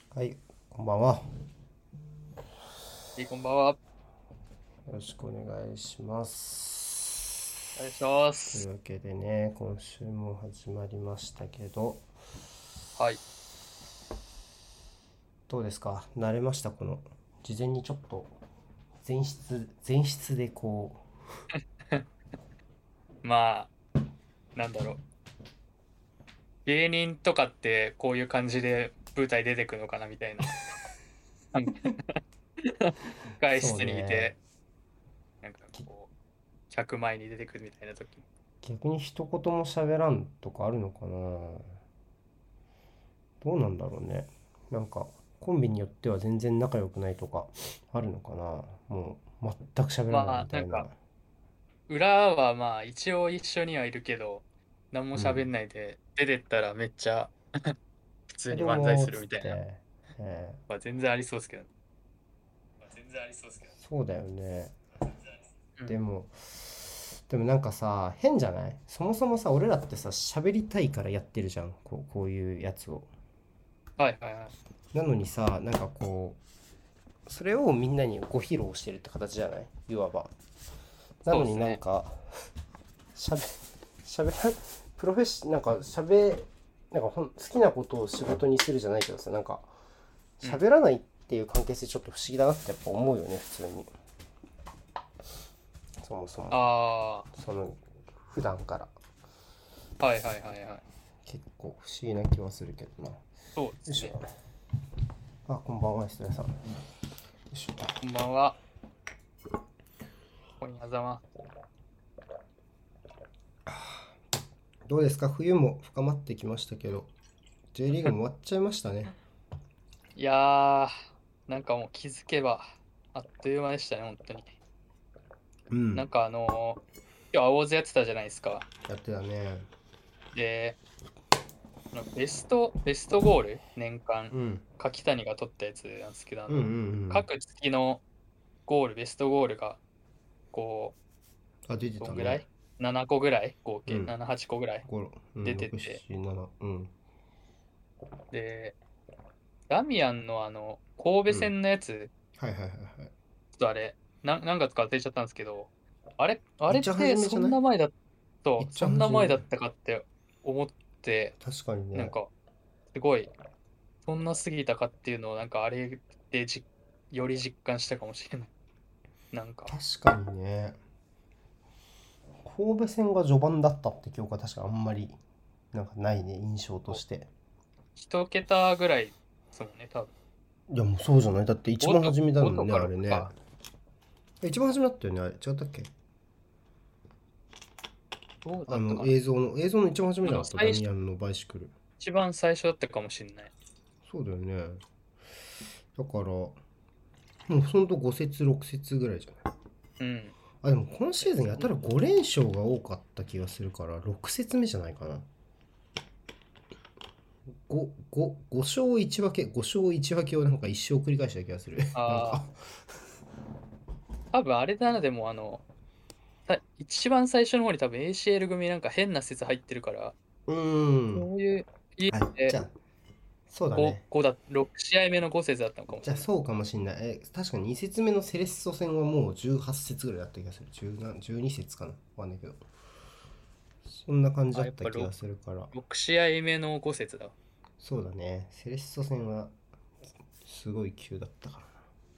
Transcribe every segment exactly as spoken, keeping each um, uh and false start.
はい、こんばんは。よいいこんばんは。 ろしくお願いします。 お願いしまというす。 わけでね、今週も始まりましたけど、 はい。 どうですか？慣れました？この、事前にちょっと前室、前室でこまあ、なんだろう。芸人とかってこういう感じで舞台出てくのかなみたいな。なんかう、 控そう室にいね、 て、なんかきこう、客前に出てくるみたいな時。 逆に一言も喋らんとかあるのかな？どうなんだろうね。なんか、コンビによっては全然仲良くないとかあるのかな？もう、全く喋らないまあ、 みたいな。 なんか、裏はまあ一応一緒にはいるけど、何もうん。 喋んないで、出てったらめっちゃ普通にどう漫才もーっつっするみたいな。 て、えまあ全然ありそうですけど。 ーそうだよね。 うん。 でも、でもなんかさ、変じゃない？そもそもさ、俺らってさ、喋りたいからやってるじゃん。こう、こういうやつを。 はいはいはい。 なのにさ、なんかこう、それをみんなにご披露してるって形じゃない？いわば。なのにそうですね。 なんか、しゃべ、しゃべら、プロフェッシ、なんかしゃべ、なんかほん好きなことを仕事にするじゃないけどさ、なんか、 うん。 喋らないっていう関係性ちょっと不思議だなってやっぱ思うよね、普通に。そもそも。 あその、普段から。 あ、はいはいはいはい。 結構不思議な気はするけどな。よそうでいしょ。 すね。 あ、こんばんは、失礼さん。よいしょ。 こんばんは。今夜ざま。 どうですか？冬も深まってきましたけど、J リーグも終わっちゃいましたね。 いやー、なんかもう気づけば、あっという間でしたね、本当に。 うん。 なんかあのー今日青津やってたじゃないですか。 やってたね。 で、あのベスト、ベストゴール、年間、 うん。 柿谷が取ったやつなんですけど、あうんうんうの、 ん。 各月のゴール、ベストゴールが、こあ、出てう、どたね。 んぐらい？ なな 個ぐらい合計、 うん。 なな、はちこぐらいご、うん、ろく、 出てて、 なな、なな。うん。 で、ダミアンのあの、神戸うん。 戦のやつ、 はいはいはいはい。 ちょっとあれ、な何月か忘れちゃったんですけど、あれ、あれっ一番初てそめじゃない？ んな前だと、 一そんな番初め。 前だったかって思って、 確かにね。 なんか、すごい、そんな過ぎたかっていうのを、なんかあれでじ、より実感したかもしれない。なんか、 確かにね。神戸戦が序盤だったって記憶は確かあんまりなんかないね、印象とこうして。 一桁ぐらいですもんね、多分。 いやもうそうじゃない？だって一ごと、 番初めだごともんね、 かろくあれね。 か。 一番初めだったよね、あれ。違ったっけ？ どうだあのったかな。 映像の、映像の一番初めまあ、 じゃなかった？ダでも最初、 ミアンのバイシクル。 一番最初だったかもしれない。 そうだよね。だから、もうほんとご節、ろく節ぐらいじゃない？ うん。 あ、でも今いや、 シーズンやたらそんご連勝が多かった気がするから、ろく節目じゃないかな。ご、ご、ご勝いち分け、ご勝いち分けをなんか一生繰り返した気がする。なんか、 ああ、多分あれだな、でもあの、さ一番最初の方に多分 エーシーエル 組なんか変な説入ってるから、 うーん。 そういう家あ、じでゃあ、そうだご、 ね。 ごだ、ろく試合目のご節だったのかもしれない。 じゃあそうかもしんない。え、確かにに節目のセレッソ戦はもうじゅうはち節ぐらいだった気がする。じゅう何、じゅうに節かな。わかんないけど。そんな感じだあ、やっぱった気がろく、 するから。 ろく試合目のご節だ。 そうだね。セレッソ戦はすごい急だったから。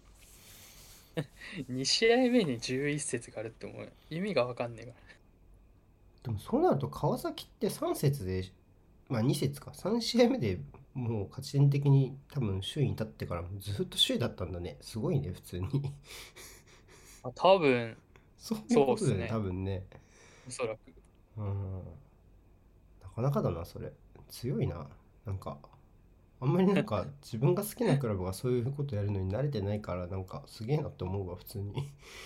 に試合目にじゅういち節があるってもう意味がわかんねえかでもそうなると川崎ってさん節で、まあに節か。さん試合目でもう勝ち点的に多分首位に立ってからずっと首位だったんだね。すごいね、普通に。 ら。あ、多分、 そういうことだよね、多そうっすね。 分ね。 おそらく。 うん。なかなかだな、それ。強いな。なんか、あんまりなんか自分が好きなクラブがそういうことやるのに慣れてないからなんかすげえなって思うわ、普通に。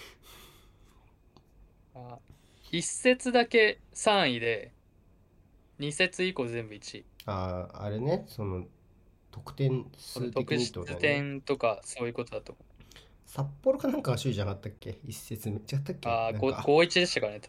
あ、いち節だけさんいで、に節以降全部いちい。 ああ、あれね、その得点多分数的にってこと得失だよね。 点とかそういうことだと思う。 札幌かなんかが首位じゃなかったっけ？一節目。違ったっけ？ ああ、ご、 なんか。 ごたいいちでしたからね。 うん。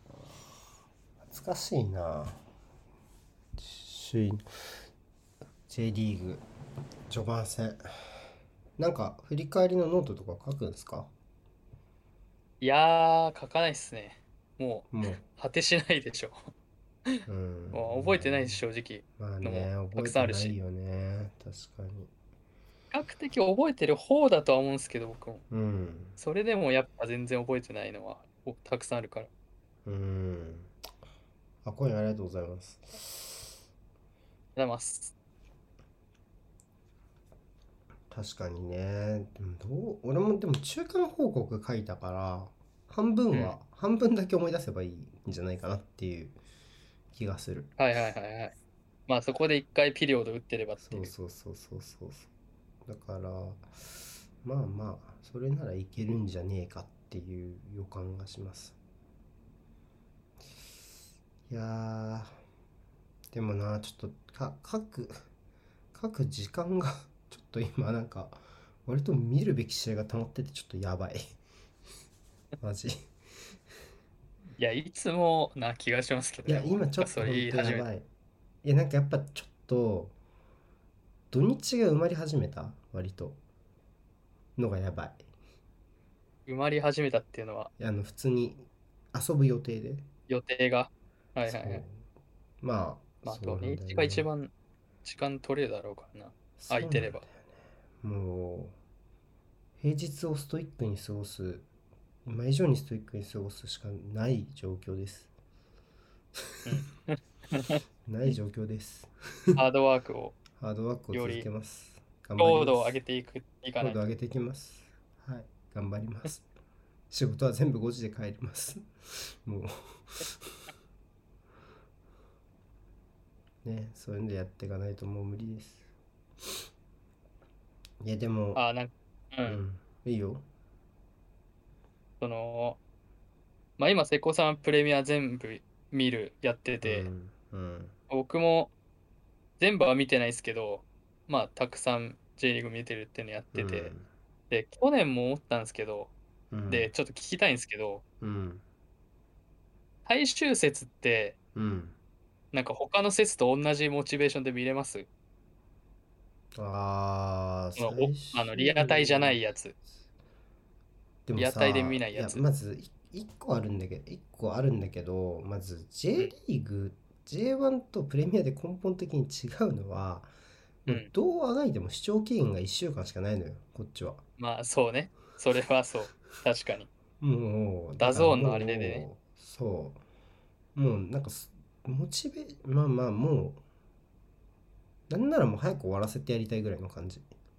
懐かしいな。首位。 J リーグ序盤戦、なんか振り返りのノートとか書くんですか？ いやー、書かないっすね。ももう、果てしないでしょ。 う、うん、 もう覚えてないです、 まあね。 正直。 まあのもね、 たく覚えさんあるし。 てないよね。確かに。 比較的覚えてる方だとは思うんですけど、僕も。 うん。 それでもやっぱ全然覚えてないのはおたくさんあるから。ありうん。あ、今夜ありがとうございます。 がとうございます。 確かにね。でもどう、俺もでも中間報告書いたから、半分うん。 は、半分だけ思い出せばいいんじゃないかなっていう気がする。 はいはいはいはい。まあそこで一回ピリオド打ってればっていう。 そうそうそうそうそうそう。だから、まあまあ、それならいけるんじゃねえかっていう予感がします。いやー、でもな、ちょっとか書く書く時間がちょっと今なんか割と見るべき試合が溜まっててちょっとやばい。マジ。 いや、いつもな気がしますけど、 いやでも、 今ちょっとほんなんかそれ言い始めて。 とやばい。いやなんかやっぱちょっと土日が埋まり始めた割とのがやばい。 埋まり始めたっていうのは、 いやあの普通に遊ぶ予定で。 予定が。はいはいはい。 そう、まあまあそうなんだよ土日が一ね。 番時間取れるだろうからな。空そうなんだよね。 いてれば。 もう平日をストイックに過ごす、今以上にストイックに過ごすしかない状況です。 うん。 ない状況です。 ハードワークをハードワークを続けよります。頑張り強度を上ます。 げていく、いかないと。 強度上げていきます。はい。頑張ります。仕事は全部ごじで帰ります。もうね、そういうのでやっていかないともう無理です。いやでも、 ああ、なんか、うん。 うん、いいよ。 その、まあ今、瀬古さんプレミア全部見る、やってて、 うん、うん、 僕も全部は見てないですけど、まあたくさん J リーグ見てるっていうのやってて、 うん、 で、去年も思ったんですけど、 うん、 で、ちょっと聞きたいんですけど、 うん、 最終節って、 うん。 なんか他の節と同じモチベーションで見れます？ あー、 そのお最あの、 終、 リアタイじゃないやつ。 でもリアタイでさ、いや、 見ないやつ。 まずいいっこあるんだけど、いっこあるんだけど、まずう J ん。 リーグ、ジェイワン とプレミアで根本的に違うのは、もううん。 どうあがいても視聴期限がいっしゅうかんしかないのよ、こっちは。 まあそうね。それはそう。確かに。 もう、だからダゾーンのあれでね。 もう、そう、もうなんかす、モチベ、まあまあもう、なんならもう早く終わらせてやりたいぐらいの感じ。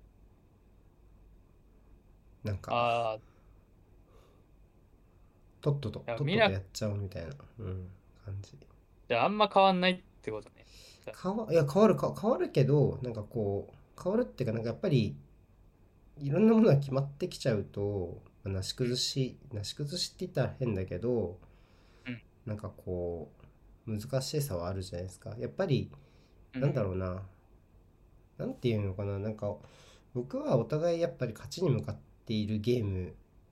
なんか、 ああ、 とっとと、 いや見な、 とっととやっちゃうみたいな、うん、感じ。 じゃああんま変わんないってことね。じゃあ変わ、いや、変わるか、変わるけど、なんかこう、変わるっていうか、なんかやっぱり、いろんなものが決まってきちゃうと、まあなし崩し、なし崩しって言ったら変だけど、 うん、 なんかこう、難しさはあるじゃないですか。やっぱり、 うん、うなんだん、 ろうな、なんていうのかな、なんか、僕はお互いやっぱり勝ちに向かっているゲーム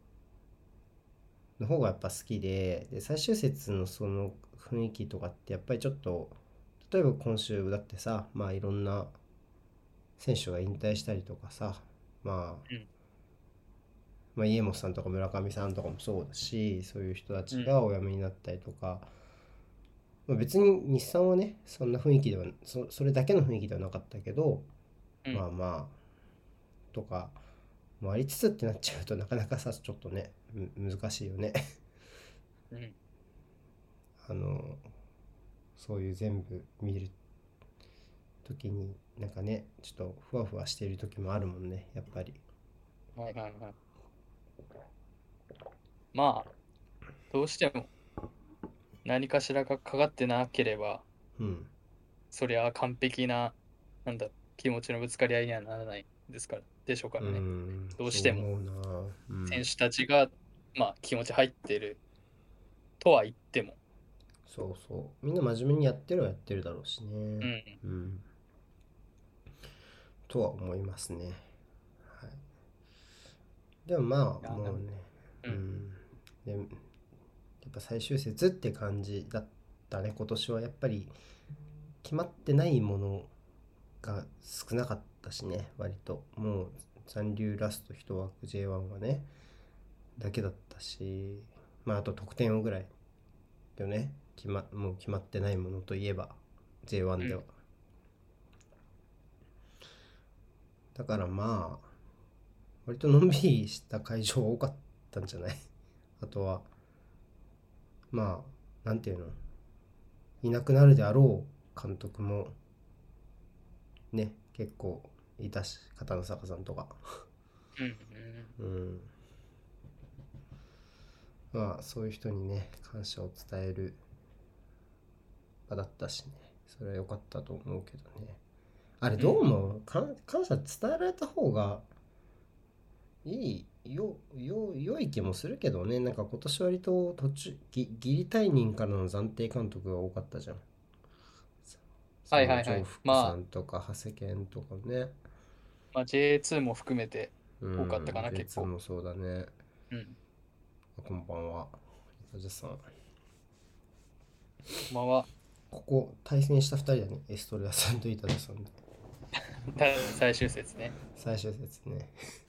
の方がやっぱ好きで、で、最終節のその雰囲気とかってやっぱりちょっと、例えば今週だってさ、まあいろんな選手が引退したりとかさ、まあ、 うん、 まあ、家本さんとか村上さんとかもそうだし、そういう人たちうん、 がお辞めになったりとか、まあ、別に日産はね、そんな雰囲気ではそ、それだけの雰囲気ではなかったけど、 うん、 まあまあ、とか、もありつつってなっちゃうとなかなかさ、ちょっとね、む難しいよね。 うん。 あの、そういう全部見るときに、なんかね、ちょっとふわふわしている時もあるもんね、やっぱり。 はいはいはい。まあ、どうしても何かしらがかかってなければ、 うん。 そりゃ完璧な、なんだ、気持ちのぶつかり合いにはならないですから、でしょうかうらね。 ん、そうどうしても思うな。うん。 選手たちが、まあ気持ち入ってるとは言っても、 そうそう。みんな真面目にやってるはやってるだろうしね。 うん、 うん。とは思いますね。はい。でもまあ、 いや、なん、 もうね、 うん、 うん。で、やっぱ最終節って感じだったね、今年は。やっぱり決まってないものが少なかったしね、割ともう残留ラスト一枠 ジェイワン はねだけだったし、まああと得点王ぐらいよね、決まもう決まってないものといえば ジェイワンうん。 では。だからまあ割とのんびりした会場多かったんじゃない？あとはまあなんていうの、いなくなるであろう監督もね結構いたし、片野坂さんとか。 うん。 うん、まあそういう人にね感謝を伝える場だったしね、それは良かったと思うけどね。あれうん。うん。 どう思う？か感謝伝えられた方がいいよ、よ良い気もするけどね。なんか今年割と途中ぎギリ退任からの暫定監督が多かったじゃん。 はいはいはい。 そのジョー・フックさまあ、 んとか長谷健とかね。 まあ、ジェイツー も含めてう多かったかん、 な、結ジェイツー構。 もそうだね。 うん。 こんばんは、ラジャさん。 まあは、 ここ対戦したふたりだね、エストレアさんとイタジャさんで。 最終節ね。 最終節ね。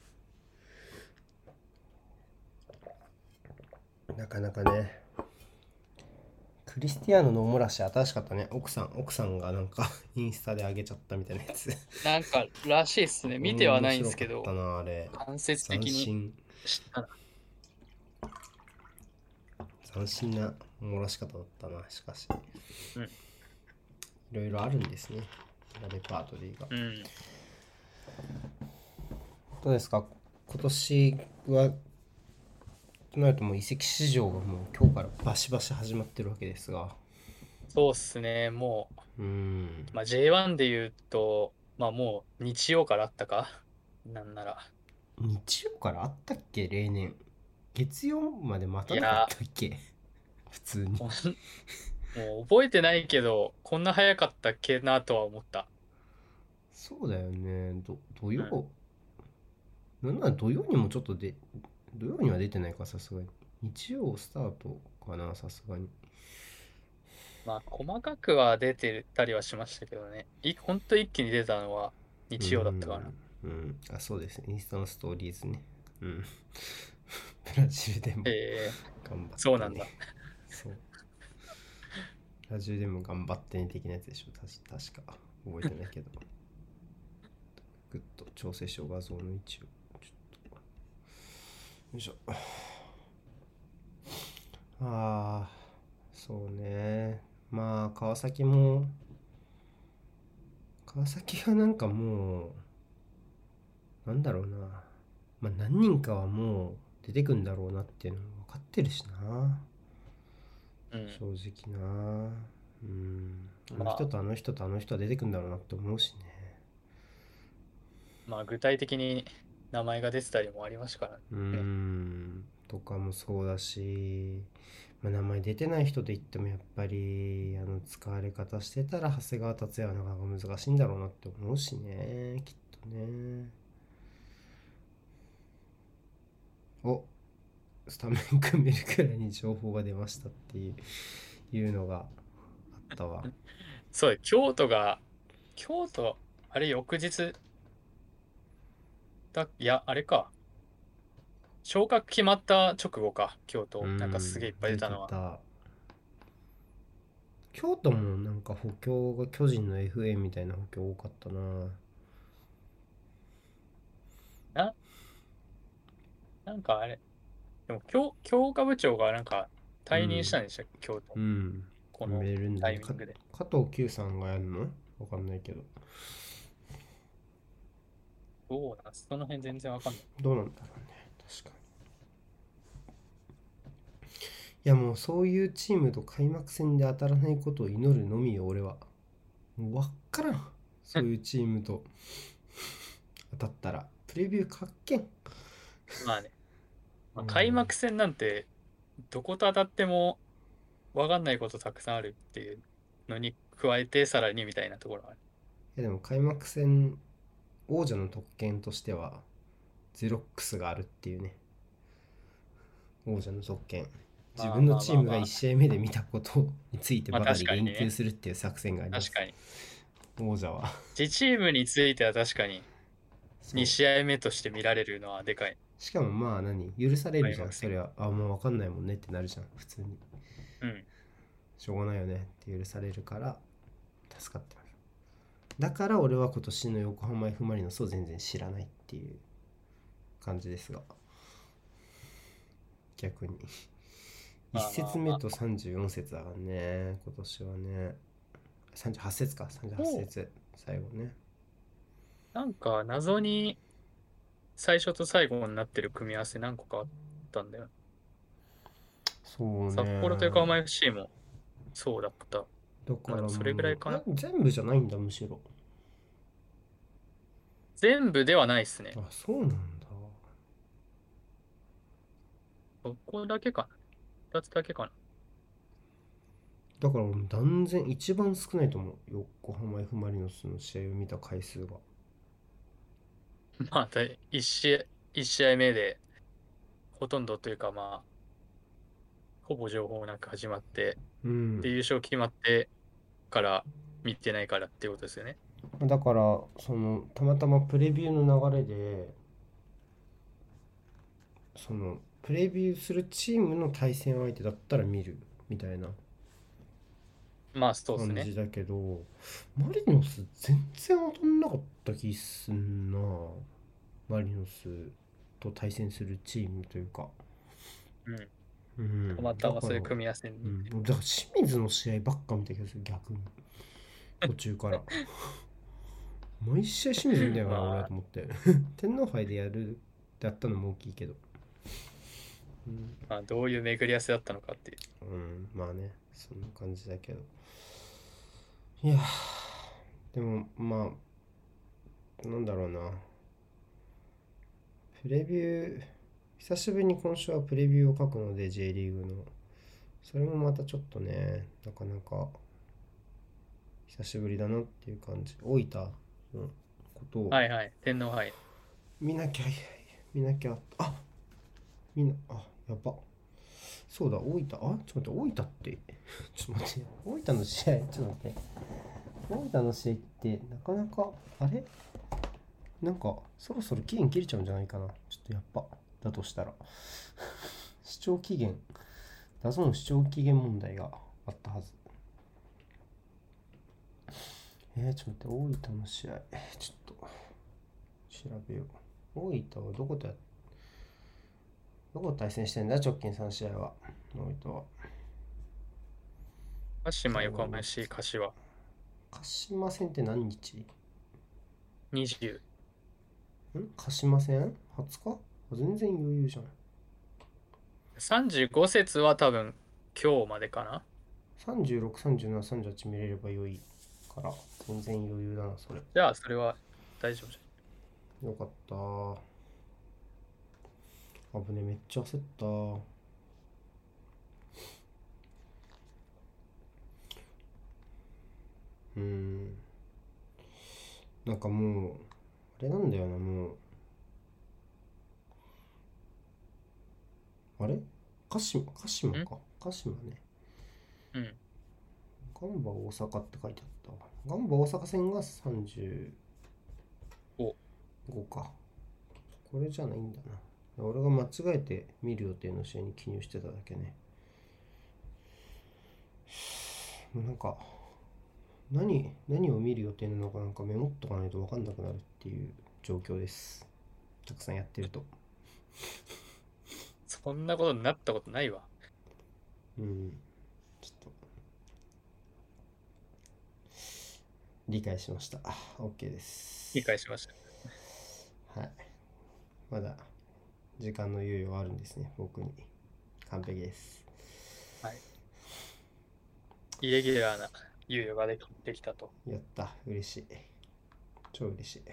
なかなかね。クリスティアーノのおもらし新しかったね。奥さん奥さんがなんかインスタで上げちゃったみたいなやつ。 なんか、らしいっすね。見ては面ないんで白かったすけど、 なあれ。 間接的に斬新知ったな。 斬新なおもらし方だったな。しかしうん。 いろいろあるんですね、レパートリーが。 うん。 どうですか今年は？となるともう移籍市場がもう今日からバシバシ始まってるわけですが。 そうっすね。もうーん、 う、まあ、ジェイワン で言うと、まあもう日曜からあったか。なんなら。 日曜からあったっけ？例年月曜まで待たなかっいや、 たっけ？普通に。 ほんもう覚えてないけど、こんな早かったっけなとは思った。 そうだよね。ど土うん。 曜、なんなら土曜にもちょっとで、土曜には出てないか、さすがに。日曜スタートかな、さすがに。 まあ、細かくは出てたりはしましたけどね。い、ほんと一気に出たのはうー日曜だったかな。 ん、うん。あ、そうですね。インスタのストーリーズね。うん。ブラジルでもええ、 頑張ってね。 そうなんだ。 そう。ブラジルでも頑張ってね的なやつでしょ。たし確か。覚えてないけど。グッと調整しよう、画像の位置を。ちょっと。よいしょ。ああ、そうね。まあ、川崎も、川崎はなんかもう、なんだろうな。まあ、何人かはもう出てくんだろうなっていうのも分かってるしな。 うん。 正直な。うん。あのまあ、 人とあの人とあの人は出てくんだろうなって思うしね。 まあ、具体的に名前が出てたりもありましたからうーね。 ん。とかもそうだし、まあ、名前出てない人で言ってもやっぱり、あの使われ方してたら長谷川達也はなかなか難しいんだろうなって思うしね。きっとね。お、スタメン組めるくらいに情報が出ましたっていういうのがあったわ。 そう、京都が、京都、あれ翌日だ、いや、あれか。昇格決まった直後か、京うー都。なんかすげえいっん、出ぱい出たのは。 てた。京都もなんか補強が巨人の エフエー みたいな補強多かったな。 な、なんかあれ、でも強、強化部長がなんか退任したうん、 んでしたっけ、京都。 うん。 このメールんだね。かタイミングで。 加藤九さんがやるの？わかんないけど。 どうなんその辺全然わかんない。 どうなんだろうね。確かに。いやもうそういうチームと開幕戦で当たらないことを祈るのみよ、俺は。もうわっからん。そういうチームと当たったら。プレビューかっけん。 まあね。まあ、開うん。 幕戦なんて、どこと当たってもわかんないことたくさんあるっていうのに加えて、さらにみたいなところがある。 いやでも開幕戦、王者の特権としては、ゼロックスがあるっていうね。王者の特権。自まあ分のまあまあまチームがいちあ。 試合目で見たことについてまあばかり言及確かにね。 するっていう作戦があります。 確かに。 王者は。 自チームについては確かににそう。 試合目として見られるのはでかい。 しかもまあ何許されるじゃん。 開幕戦。 それは、あ、もう分かんないもんねってなるじゃん。普通に。 うん。 しょうがないよねって許されるから助かってます。だから俺は今年の横浜 F・ マリノスを全然知らないっていう感じですが、逆にいちまあま節あまあ。 目とさんじゅうよん節だからね、今年はね。さんじゅうはち節か、さんじゅうはちもう、 節最後ね。 なんか謎に最初と最後になってる組み合わせ何個かあったんだよ。 そう札幌と横ね。 浜 エフシー もそうだった。 だからまあでもそれぐらもうえいかな。 全部じゃないんだ、むしろ。 全部ではないっすね。 あ、そうなんだ。 そこだけかな。ふたつだけかな。 だから俺断然一番少ないと思う、横浜 F・ マリノスの試合を見た回数が。 まあ、だい一試合、一試合目でほとんどというかまあ、ほぼ情報なく始まって、で、 うん。 優勝決まってから見てないからっていうことですよね。 だからそのたまたまプレビューの流れで、そのプレビューするチームの対戦相手だったら見るみたいなまあ、そうですね。 感じだけど、マリノス全然当たんなかった気すんな。マリノスと対戦するチームというか。 うん。 うん、 たまたまだから、 そういう組み合わせに。 うん、だから清水の試合ばっか見た気がする、逆に。途中から毎試合清水見たよな俺まあ、 と思って。天皇杯でやるってやったのも大きいけど、うん、 まあ、どういう巡り合わせだったのかっていう。 うん、まあね、そんな感じだけど。いやでもまあなんだろうな、プレビュー、久しぶりに今週はプレビューを書くので J リーグの、それもまたちょっとね、なかなか久しぶりだなっていう感じ。大分のことをはいはい。天皇杯。 見なきゃ、見なきゃ、あ、みんな、あ、やば。そうだ、大分、あ、ちょっと待って、大分って、ちょっと待って、大分の試合、ちょっと待って、大分の試合って、なかなか、あれなんか、そろそろ期限切れちゃうんじゃないかな。ちょっとやっぱ、だとしたら。視聴期限、ダゾーン視聴期限問題があったはず。えー、ちょっと待って、大分の試合、ちょっと、調べよう。大分はどことや、どこと対戦してんだ、直近さん試合は。大分は。 鹿島、 最後横浜にエフシー、柏。 鹿島戦って何日？んにじゅ鹿島戦 はつか？ 全然余裕じゃん。 う。さんじゅうご節は多分今日までかな。 さんじゅうろく、さんじゅうなな、さんじゅうはち見れれば良いから、全然余裕だな、それ。 じゃあ、それは大丈夫じよかった。危ね、めっちゃ焦った。うーん。なんかもう、あれなんだよな、もう。あれ鹿島、鹿島ゃん。んか。鹿島ね。 うん。 ガンバ大阪って書いてあった。ガンバ大阪戦がさんじゅお、 うごか。これじゃないんだな。俺が間違えて見る予定の試合に記入してただけね。もうなんか、何、何を見る予定なのかなんかメモっとかないと分かんなくなるっていう状況です。たくさんやってると。 そんなことになったことないわ。 うん。ちょっと理解しました。OK で理す。 解しました。 はい。まだ時間の猶予はあるんですね、僕に。完璧です。 はい。イレギュラーな猶予ができ、できたと。 やった。嬉しい。超嬉しい。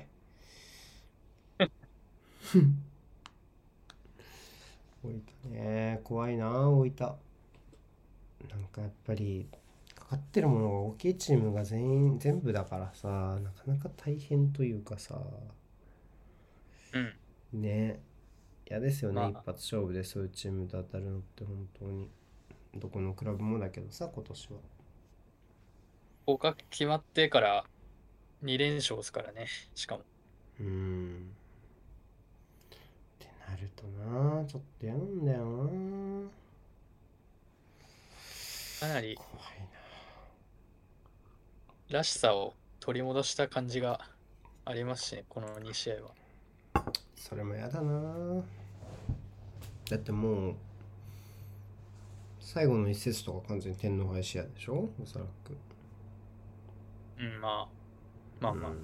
大分ね。怖いな、大分。なんかやっぱり、かかってるものが大きいチームが全員、全部だからさ、なかなか大変というかさ、 うん。 ね。嫌ですよね、一まあ、 発勝負でそういうチームと当たるのって本当に。どこのクラブもだけどさ、今年は。 合格決まってからに連勝ですからね、しかも。 うーん。ってなるとな、ちょっとやんだよな。 かなり怖いらしさを取り戻した感じがありますしね、このに試合は。 な。それもやだな。だってもう、最後の一節とか完全に天皇杯試合でしょ、おそらく。 うん、まあ、まあまあ。 うん。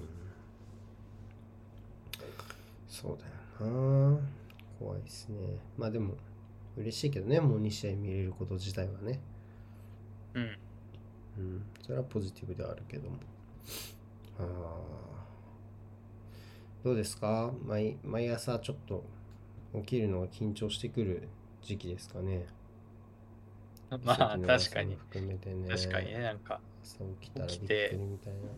そうだよな。怖いですね。まあでも、嬉しいけどね、もうに試合見れること自体はね。 うん。 うん。それはポジティブではあるけども。ああ。どうですか、毎毎朝ちょっと起きるのが緊張してくる時期ですかね。 まあ、 奇跡の確かに。 朝も含めてね。 確かにね、なんか、 朝起きたらびっく起きて、 りみたいな。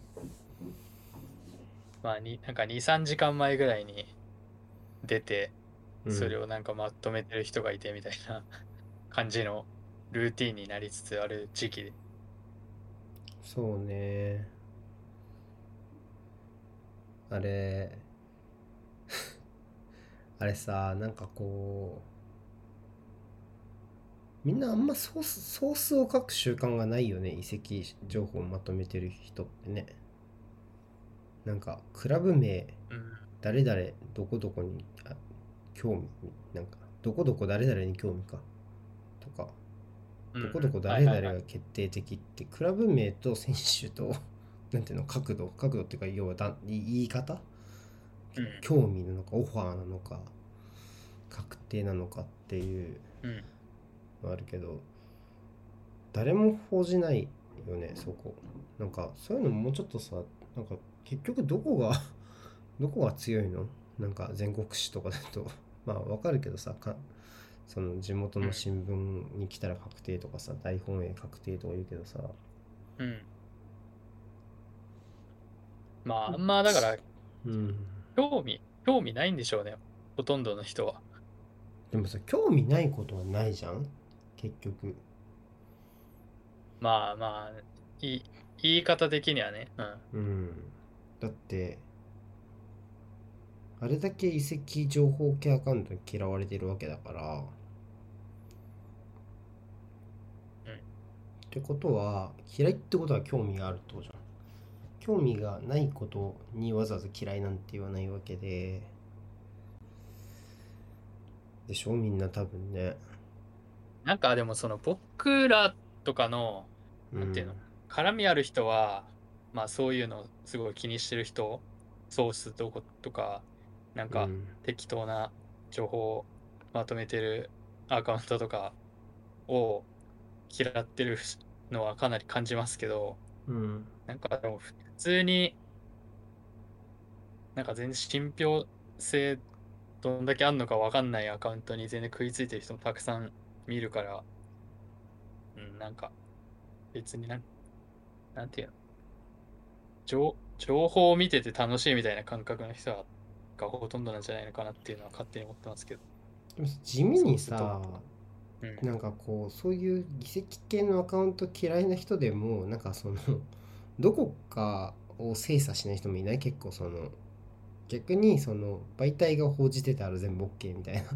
まあ、に、なんかに、さんじかんまえぐらいに出て、 うん。 それをなんかまとめてる人がいてみたいな感じのルーティンになりつつある時期で。 そうね。あれ、あれさ、なんかこう、みんなあんまソース、ソースを書く習慣がないよね。遺跡情報をまとめてる人ってね。なんか、クラブ名、 うん。 誰々、どこどこに、あ、興味、なんか、どこどこ誰々に興味か。とか、 うんうん。 どこどこはいはいはい。 誰々が決定的って、クラブ名と選手と、なんていうの、角度、角度っていうか、要はだ言い方、 うん。 興味なのか、オファーなのか、確定なのかっていううん。 のあるけど、誰も報じないよね、そこ。なんか、そういうのももうちょっとさ、なんか、結局どこがどこが強いの、なんか全国紙とかだとまあわかるけどさ、かその地元うん。 の新聞に来たら確定とかさ、大本営確定とか言うけどさ、 うん。まあ、あんまだから、 うん。 興味、興味ないんでしょうね。ほとんどの人は。 でもさ、興味ないことはないじゃん、結局。 まあまあ、いい、言い方的にはね。うん。 うん。だって、あれだけ遺跡情報系アカウントに嫌われてるわけだから、 うん。 ってことは、嫌いってことは興味があるってことじゃん。興味がないことにわざわざ嫌いなんて言わないわけで、でしょ、みんな多分ね。 なんかでもその僕らとかの、 うん。 なんていうの、絡みある人は、まあそういうのすごい気にしてる人、ソースどことか、なんかうん。 適当な情報をまとめてるアカウントとかを嫌ってるのはかなり感じますけど、 うん。 なんかでも普通になんか全然信憑性どんだけあんのかわかんないアカウントに全然食いついてる人もたくさん見るから、うん、なんか別になん、なんていうの、情、情報を見てて楽しいみたいな感覚の人がほとんどなんじゃないのかなっていうのは勝手に思ってますけど、 でも地味ソーにさ、 スどうとか。うん。 なんかこう、そういう議席系のアカウント嫌いな人でも、なんかその、どこかを精査しない人もいない、結構その、逆にその、媒体が報じてたら全部 OK みたいな。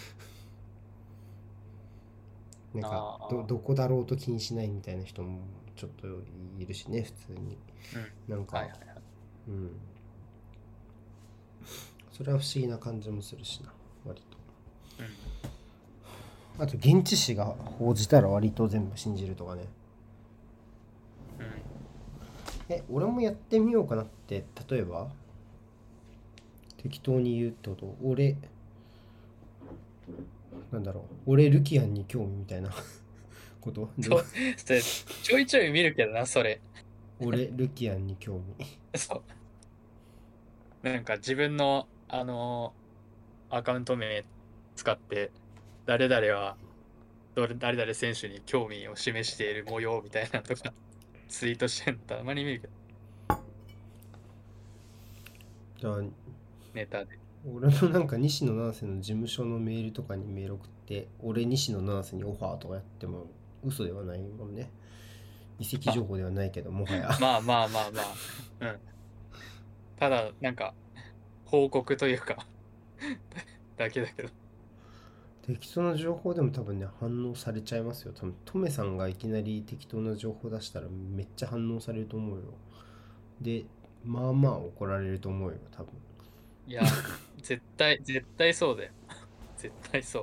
なんかど、 ああ、 どこだろうと気にしないみたいな人もちょっといるしね、普通に。 うん。 なんか、 はいはいはい。 うん。それは不思議な感じもするしな、割と。 うん。 あと、現地紙が報じたら割と全部信じるとかね。 うん。 え、俺もやってみようかなって、例えば、適当に言うってこと、俺、なんだろう、俺、ルキアンに興味みたいなことどう、 と、それちょいちょい見るけどな、それ。 俺、ルキアンに興味。 そう。なんか自分の、あのーアカウント名使って、誰々は、どれ誰々選手に興味を示している模様みたいなのとか、ツイートしてんのたまに見るけど、 じゃあ、 ネタで。 俺もなんか西野七瀬の事務所のメールとかにメール送って、俺西野七瀬にオファーとかやっても嘘ではないもんね。 遺跡情報ではないけどもはやまあまあまあまあ。うん。ただ、なんか、報告というかだけだけど。 適当な情報でも多分ね反応されちゃいますよ。多分トメさんがいきなり適当な情報出したらめっちゃ反応されると思うよ。でまあまあ怒られると思うよ多分。 いや、絶対、絶対そうだよ。絶対そう。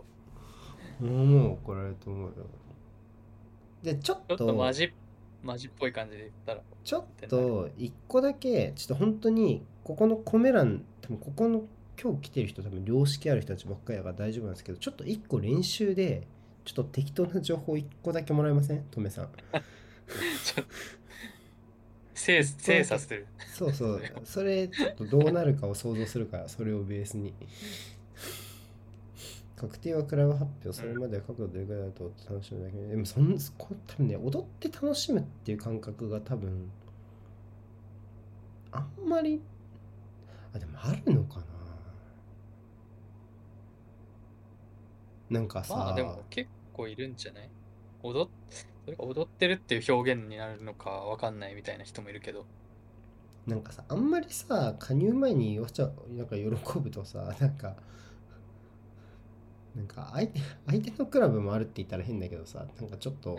まあまあ怒られると思うよ。でちょっちょっとマとジ、マジっぽい感じで言ったら、 ちょっってなる。 と一個だけちょっと本当にここのコメ欄多分ここの今日来てる人多分良識ある人たちばっかりだから大丈夫なんですけど、ちょっと一個練習でちょっと適当な情報一個だけもらえませんトメさん。 ちょっと、精、 一個だけ。 精査する。 そうそそう、 れを。 それちょっとどうなるかを想像するから、それをベースに。確定はクラブ発表、それうん。 までは角度どれくらいだと楽しむだけで、でもそんこ多分ね、踊って楽しむっていう感覚が多分、あんまり、あ、でもあるのかな。なんかまあでさ、 も結構いるんじゃない？踊っ、それが踊ってるっていう表現になるのかわかんないみたいな人もいるけど。 なんかさ、あんまりさ、加入前に言わちゃなんか喜ぶとさ、なんか、なんか相手、相手のクラブもあるって言ったら変だけどさ、なんかちょっと、 うん。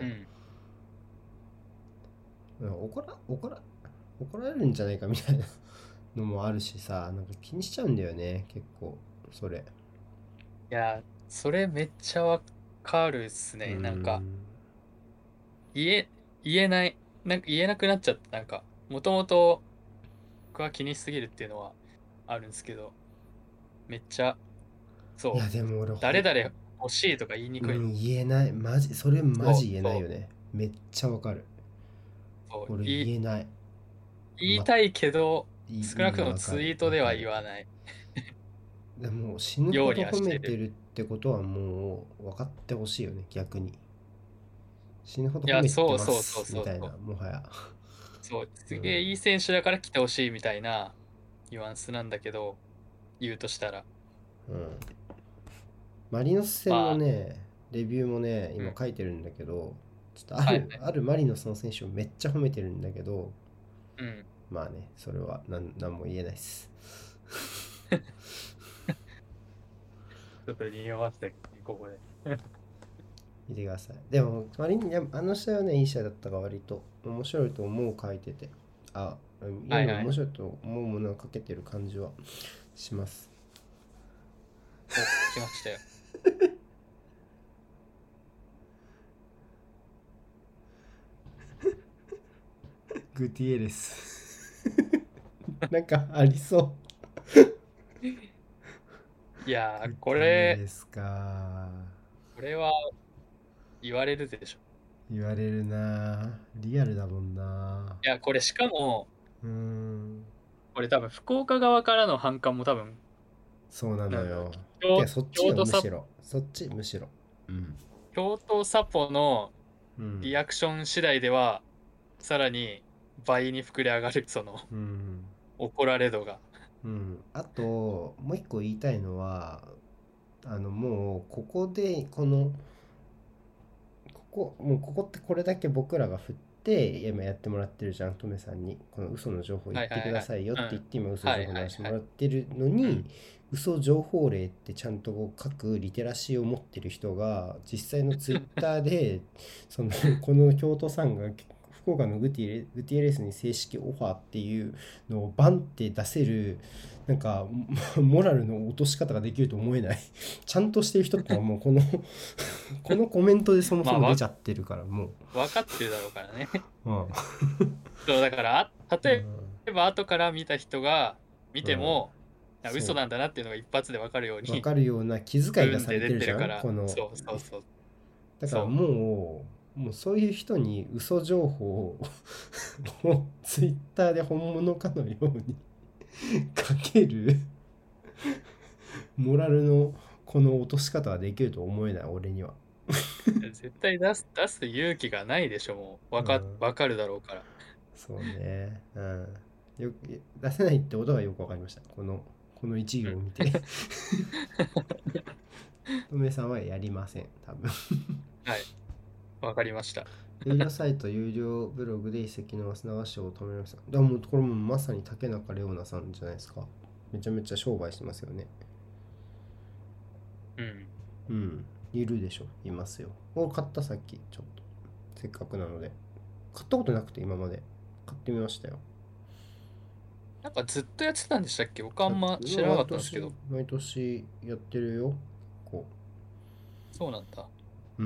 うん怒ら、怒ら、怒られるんじゃないかみたいなのもあるしさ、なんか気にしちゃうんだよね、結構、それ。 いや、それめっちゃわかるっすうーね。なんか、 ん。 言え、言えない、なんか言えなくなっちゃった。なんか、もともと僕は気にしすぎるっていうのはあるんですけど、めっちゃ、 いや、 そう、 でも俺ほ、 誰々欲しいとか言いにくいの。 うん、言えない。マジ、それマそう、 ジ言えないそう、 よね。めっちゃわかる。 そう、 俺言い、 言えない。ま、 言いたいけど、 いい、 少なくとうん、わかる、 もツイートではわかる。 言わないでも死ぬほようにど褒はしてる。 めてるってことはもう分かってほしいよね、逆に。死ぬほどいや、 褒めてそうそうそうます、みたいな、 そうそう。 もはや。 そう、すげえうん。 いい選手だから来てほしいみたいなニュアンスなんだけど、言うとしたら。 うん。マリノス戦のまあ、 ね、レビューもね、 うん。 今書いてるんだけど、ちょっとある、 はいはい。 あるマリノスの選手をめっちゃ褒めてるんだけど、 うん。 まあね、それはなんなんも言えないっす。 ちょっと匂わせて、ここで。 見てください。でも、割に、いやあの試合はね、いい試合だったから割と面白いと思う書いてて、あ、読んではいはい。 面白いと思うものを書けてる感じはします。 お、来ましたよ。 グティエレス。なんかありそう。 いやー、 グティエこれ、 レスか。 これは言われるでしょ。 言われるな。リアルだもんな。 いや、これしかも、 うーん。 これ多分福岡側からの反感も多分、 そうなのなんだ、 よ。て京、 かそっちよ、 京都サ、 むしろ。そっち、むしろ。うん。 京都サポのうん。 リアクション次第では、さらに倍に膨れ上がる、その、 うん。 怒られ度が。 うん。あと、もう一個言いたいのは、あの、もう、ここで、この、ここ、もうここってこれだけ僕らが振って、今やってもらってるじゃん、トメさんに。この嘘の情報言ってくだはいはいはい。 さいよって言っうん。 て、今嘘は情報いはいはい。 流してもらってるのに、 うん。 嘘情報例ってちゃんとこう書くリテラシーを持ってる人が、実際のツイッターで、その、この京都さんが福岡のグティレ、グティエレスに正式オファーっていうのをバンって出せる、なんか、モラルの落とし方ができると思えない。ちゃんとしてる人ってのはもうこのこのコメントでそもまあ、わ、 そも出ちゃってるからも分かってるだろうからね。 う、うん、 そう、だから、あ、 うん、 例えば後から見た人が見うん、 ても、あ嘘そなんだなっていうのが一発で分かるようう、わに、 かるような気遣いがされ文で出てるじゃん、 てるから、 この。 そうそうそう。 だからそもう、もうそういう人に嘘情報をツイッターで本物かのようにかけるモラルのこの落とし方はできると思えない、俺には。 う。絶対出す、出す勇気がないでしょ、もう。わか、 うん、 わかるだろうから。 そうね。うん。よく、出せないってことがよくわかりました。この、この一行を見て。梅さんはやりません、多分。 はい。わかりました。 有料サイト、有料ブログで遺跡の流しを止めました。だからもうこれもまさに竹中玲奈さんじゃないですか。めちゃめちゃ商売してますよね。 うん。 うん。いるでしょ。いますよ。俺買ったさっき、ちょっと。せっかくなので。買ったことなくて今まで。買ってみましたよ。 なんかずっとやってたんでしたっけ？僕あやっんま知らなか毎年、 ったんですけど。 毎年やってるよ。こそうなんだ。 う。うん、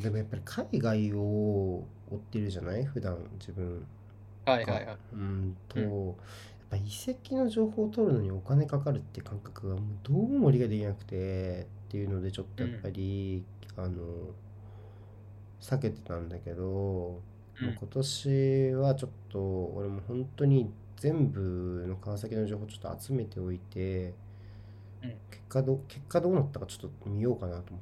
でもやっぱり海外を追ってるじゃない普段自分が。 はいはいはい。 うんと、 うん。 やっぱ遺跡の情報を取るのにお金かかるって感覚がもうどうも理解できなくてっていうのでちょっとやっぱうん。 りあの避けてたんだけど、まあ、 うん。 今年はちょっと俺も本当に全部の川崎の情報をちょっと集めておいて、 うん。 結果ど結果どうなったかちょっと見ようかなと思って、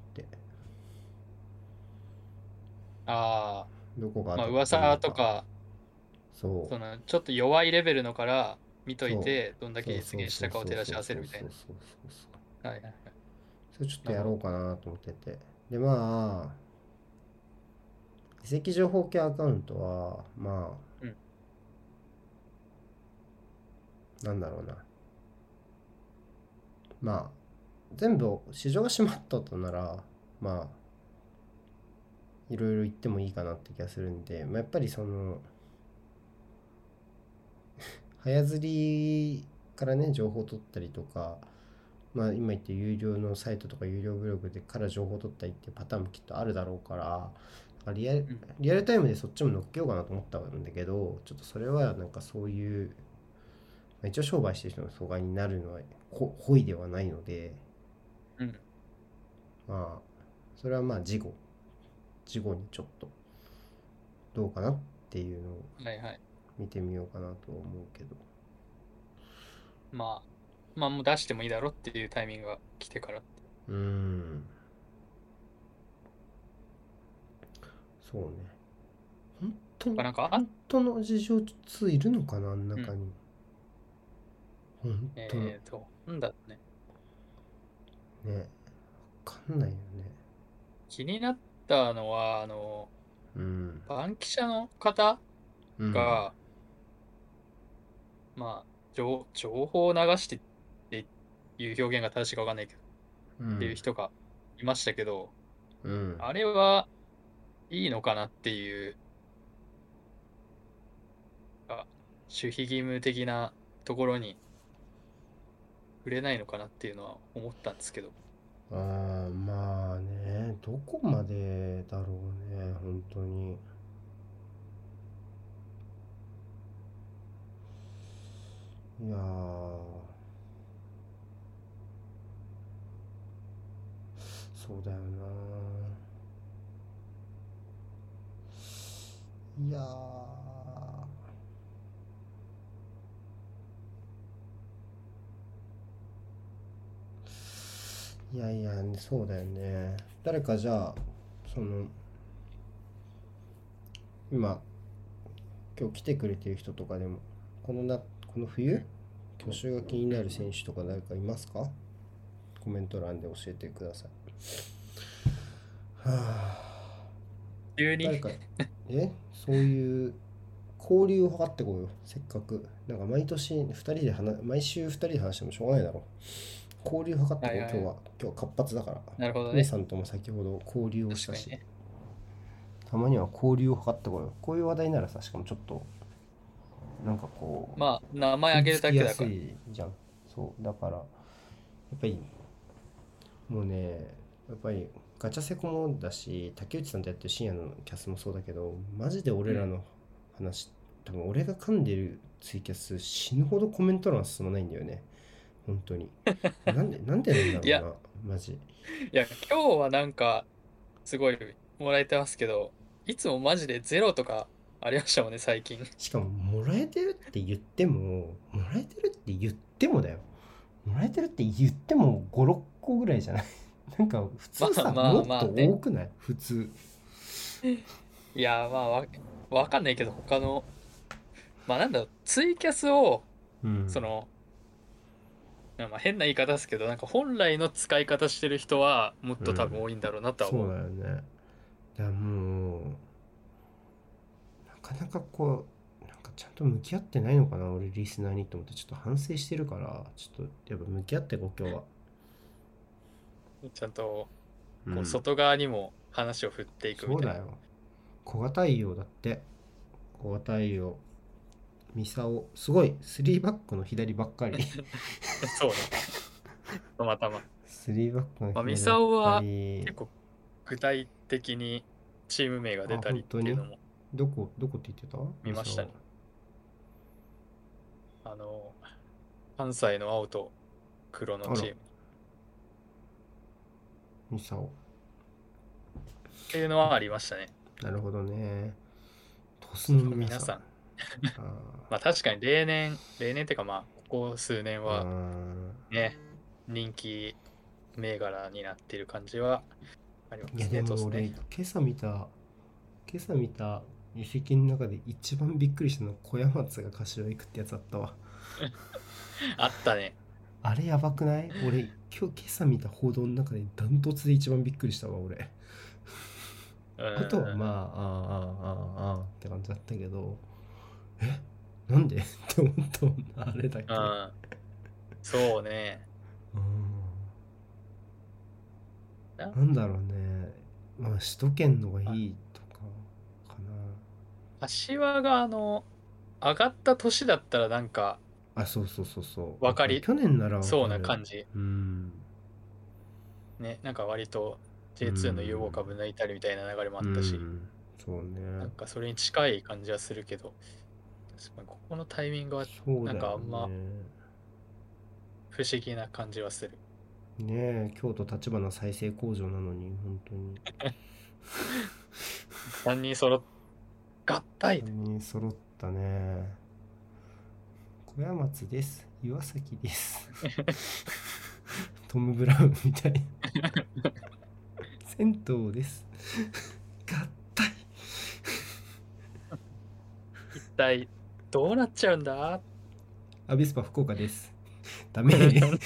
ああ、 どこがまあ当たってんのか。 噂とか、 そうそのちょっと弱いレベルのから見といそうて、どんだけそう実現したそうそうかを照らし合わせそうそうそうるみたいな。 そうそうそう、 はいはいはい。 それちょっとなるほど。 やろうかなと思ってて、でまあ遺跡情報系アカウントはまうん。 あなんだろうな、まあ全部市場が閉まったとならまあいろいろ言ってもいいかなって気がするんで、まあ、やっぱりその早釣りからね情報を取ったりとか、まあ、今言って有料のサイトとか有料ブログでから情報を取ったりっていうパターンもきっとあるだろうから、リアル、 うん。 リアルタイムでそっちも乗っけようかなと思ったんだけど、ちょっとそれはなんかそういう、まあ一応商売してる人の阻害になるのはほ故意ではないので、 うん。 まあそれはまあ事後事後にちょっとどうかなっていうのをはいはい。 見てみようかなとは思うけど。 まあ、まあもう出してもいいだろっていうタイミングが来てからって。 うーん、そうね。本当になんか、あ、 本当の事情通いるのかな、あんうん。 中に。本当の。 えーと、なんだろうね。 ね、わかんないよね。 気になったのは、あの、 うん。 バンキシャの方うん。 が、まあ、情、情報を流してっていう表現が正しいかわかんないけど、っていううん。 人がいましたけど、 うん。 あれはいいのかなっていう、あ、守秘義務的なところに触れないのかなっていうのは思ったんですけど。 ああ、まあね、どこまでだろうね、本当に。いやー、そうだよな。いやー、いやいや、そうだよね。誰かじゃあ、その、今、今日来てくれてる人とかでも、このな、この冬、 うん。 去就が気にうん。 なる選手とか誰かいますか？コメント欄で教えてください。はあ、 急に。 誰か、えそういう交流を図ってこうよ、せっかく。なんか毎年ふたりで話、毎週ふたりで話してもしょうがないだろ。交流を図ってこう、 はいはいはい。 今日は。今日は活発だから。 なるほどね。 メイさんとも先ほど交流をしたし、 確かにね。 たまには交流を図ってこうよ。こういう話題ならさ、しかもちょっと、なんかこう、 まあ、名前食いあげるつきやすだけだから。 いじゃん。そう。だから、やっぱり、もうね、やっぱりガチャセコもだし、竹内さんとやってる深夜のキャスもそうだけど、マジでうん。 俺らの話、多分俺が噛んでるツイキャス死ぬほどコメント欄進まないんだよね。本当に。なんで、なんでなんだろいや、 うな、マジ。 いや、今日はなんか、すごいもらえてますけど、いつもマジでゼロとかありましたもんね、最近。 しかも、もらえてるって言っても、もらえてるって言ってもだよ。もらえてるって言ってもご、ろっこぐらいじゃない？なんか普ま通さ、 あまあもっとまあね。 多くない？普通。 いや、まあわ、わかんないけど、他の、まあなんだろう、ツイキャスを、 うん。 その、まあ変な言い方ですけど、なんか本来の使い方してる人はもっと多うん。 分多いんだろうなとはそう思う。 だよね。だからもう、 かなかこうなんかちゃんと向き合ってないのかな俺リスナーにと思ってちょっと反省してるからちょっとやっぱ向き合っていこう今日は。 ちゃんとこううん外側にも話を振っていくみたいな。 そうだよ。小型太陽だって小型太陽ミサオすごいスリーバックの左ばっかりそうね。たまたま。 スリーバックのまあ、ミ左ばっかサオはり。 結構具体的にチーム名があ出たり本当にっていうのもどこどこって言ってた見ましたね。 ミサあの、関西の青と黒のオあらチームっミサオていうのはありましたね。 なるほどね。鳥栖そのの皆さん皆さん。 あまあ確かに例年、例年っていうかまあ、ここ数年ーはあね、人気銘柄になっている感じはありますね、 ーいやでもトスね。 俺今朝見た今朝見た遺跡の中で一番びっくりしたのは小山松が柏行くってやつあったわ。 あったね。 あれやばくない？俺今日今朝見た報道の中でダントツで一番びっくりしたわ俺。 うんうんあとはまああーあーあーあーって感じだったけどえなんでって思ったもんなあれだけ。 うん。うん。そうね。ななんだろうね。まあ首都圏のがいあいとかか柏があの、上がった年だったらなんかな。あそうそうそうそうわかる。 分かり去年ならわそうなかる。 感じ。 うんね、なんか割とうジェイツー の有望ん株抜いたりみたいな流れもあうったし、 んそうね。 なんかそれに近い感じはするけど、確かにここのタイミングはなんそうだよかあんまね。 不思議な感じはする。 ねえ京都立花再生工場なのに本当にさんにん揃っ、合体さんにん揃ったね。小山松です岩崎ですトム・ブラウンみたいな銭湯です合体一体どうなっちゃうんだアビスパ福岡ですダメ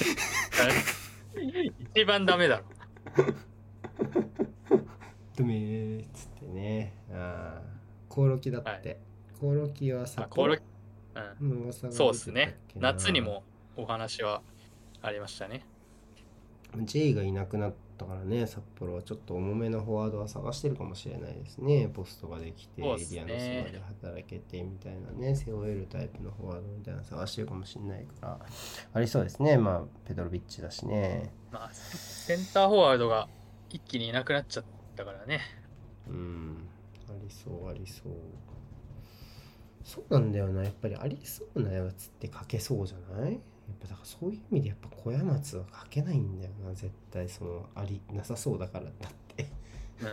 一番ダメだろ。 ダメーっつってね。ああコオロキだっはい。 て。コオロキは札あ、これ、 幌うん。 の噂がそうっ出てたっすね。 けな。 夏にもお話はありましたね。 J がいなくなったからね札幌はちょっと重めのフォワードは探してるかもしれないですね。ポストができてそうっすエリアのそばでね。 働けてみたいなね背負えるタイプのフォワードみたいなの探してるかもしれないからありそうですね。まあペトロビッチだしね。 まあ、センターフォワードが一気にいなくなっちゃったからね。 うんありそうありそう。そうなんだよなやっぱりありそうなやつって書けそうじゃない？やっぱだからそういう意味でやっぱ小山松は書けないんだよな絶対そのありなさそうだからだってうん。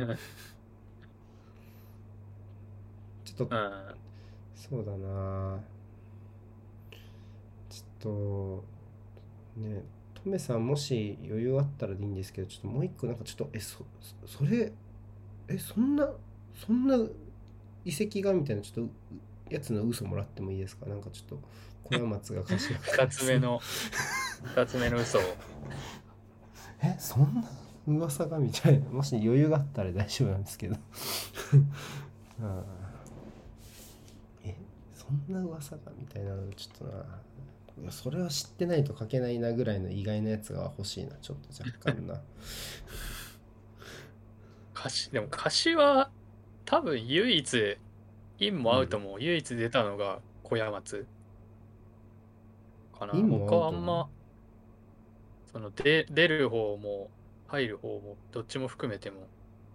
ちょっとうん。 そうだなちょっとねトメさんもし余裕あったらでいいんですけどちょっともう一個なんかちょっとえそそそれえそんなそんな遺跡がみたいなちょっとやつの嘘もらってもいいですか？なんかちょっと小山松が柏か二らすつ目の、二つ目の嘘を。 えそんな噂がみたいなもし余裕があったら大丈夫なんですけどあえそんな噂がみたいなのちょっとないやそれは知ってないと書けないなぐらいの意外なやつが欲しいなちょっと若干な歌詞、でも歌詞は多分唯一、インもアウトうんも唯一出たのが小山松かな。 インもア他ウトもはあんま、その出、出る方も入る方もどっちも含めても、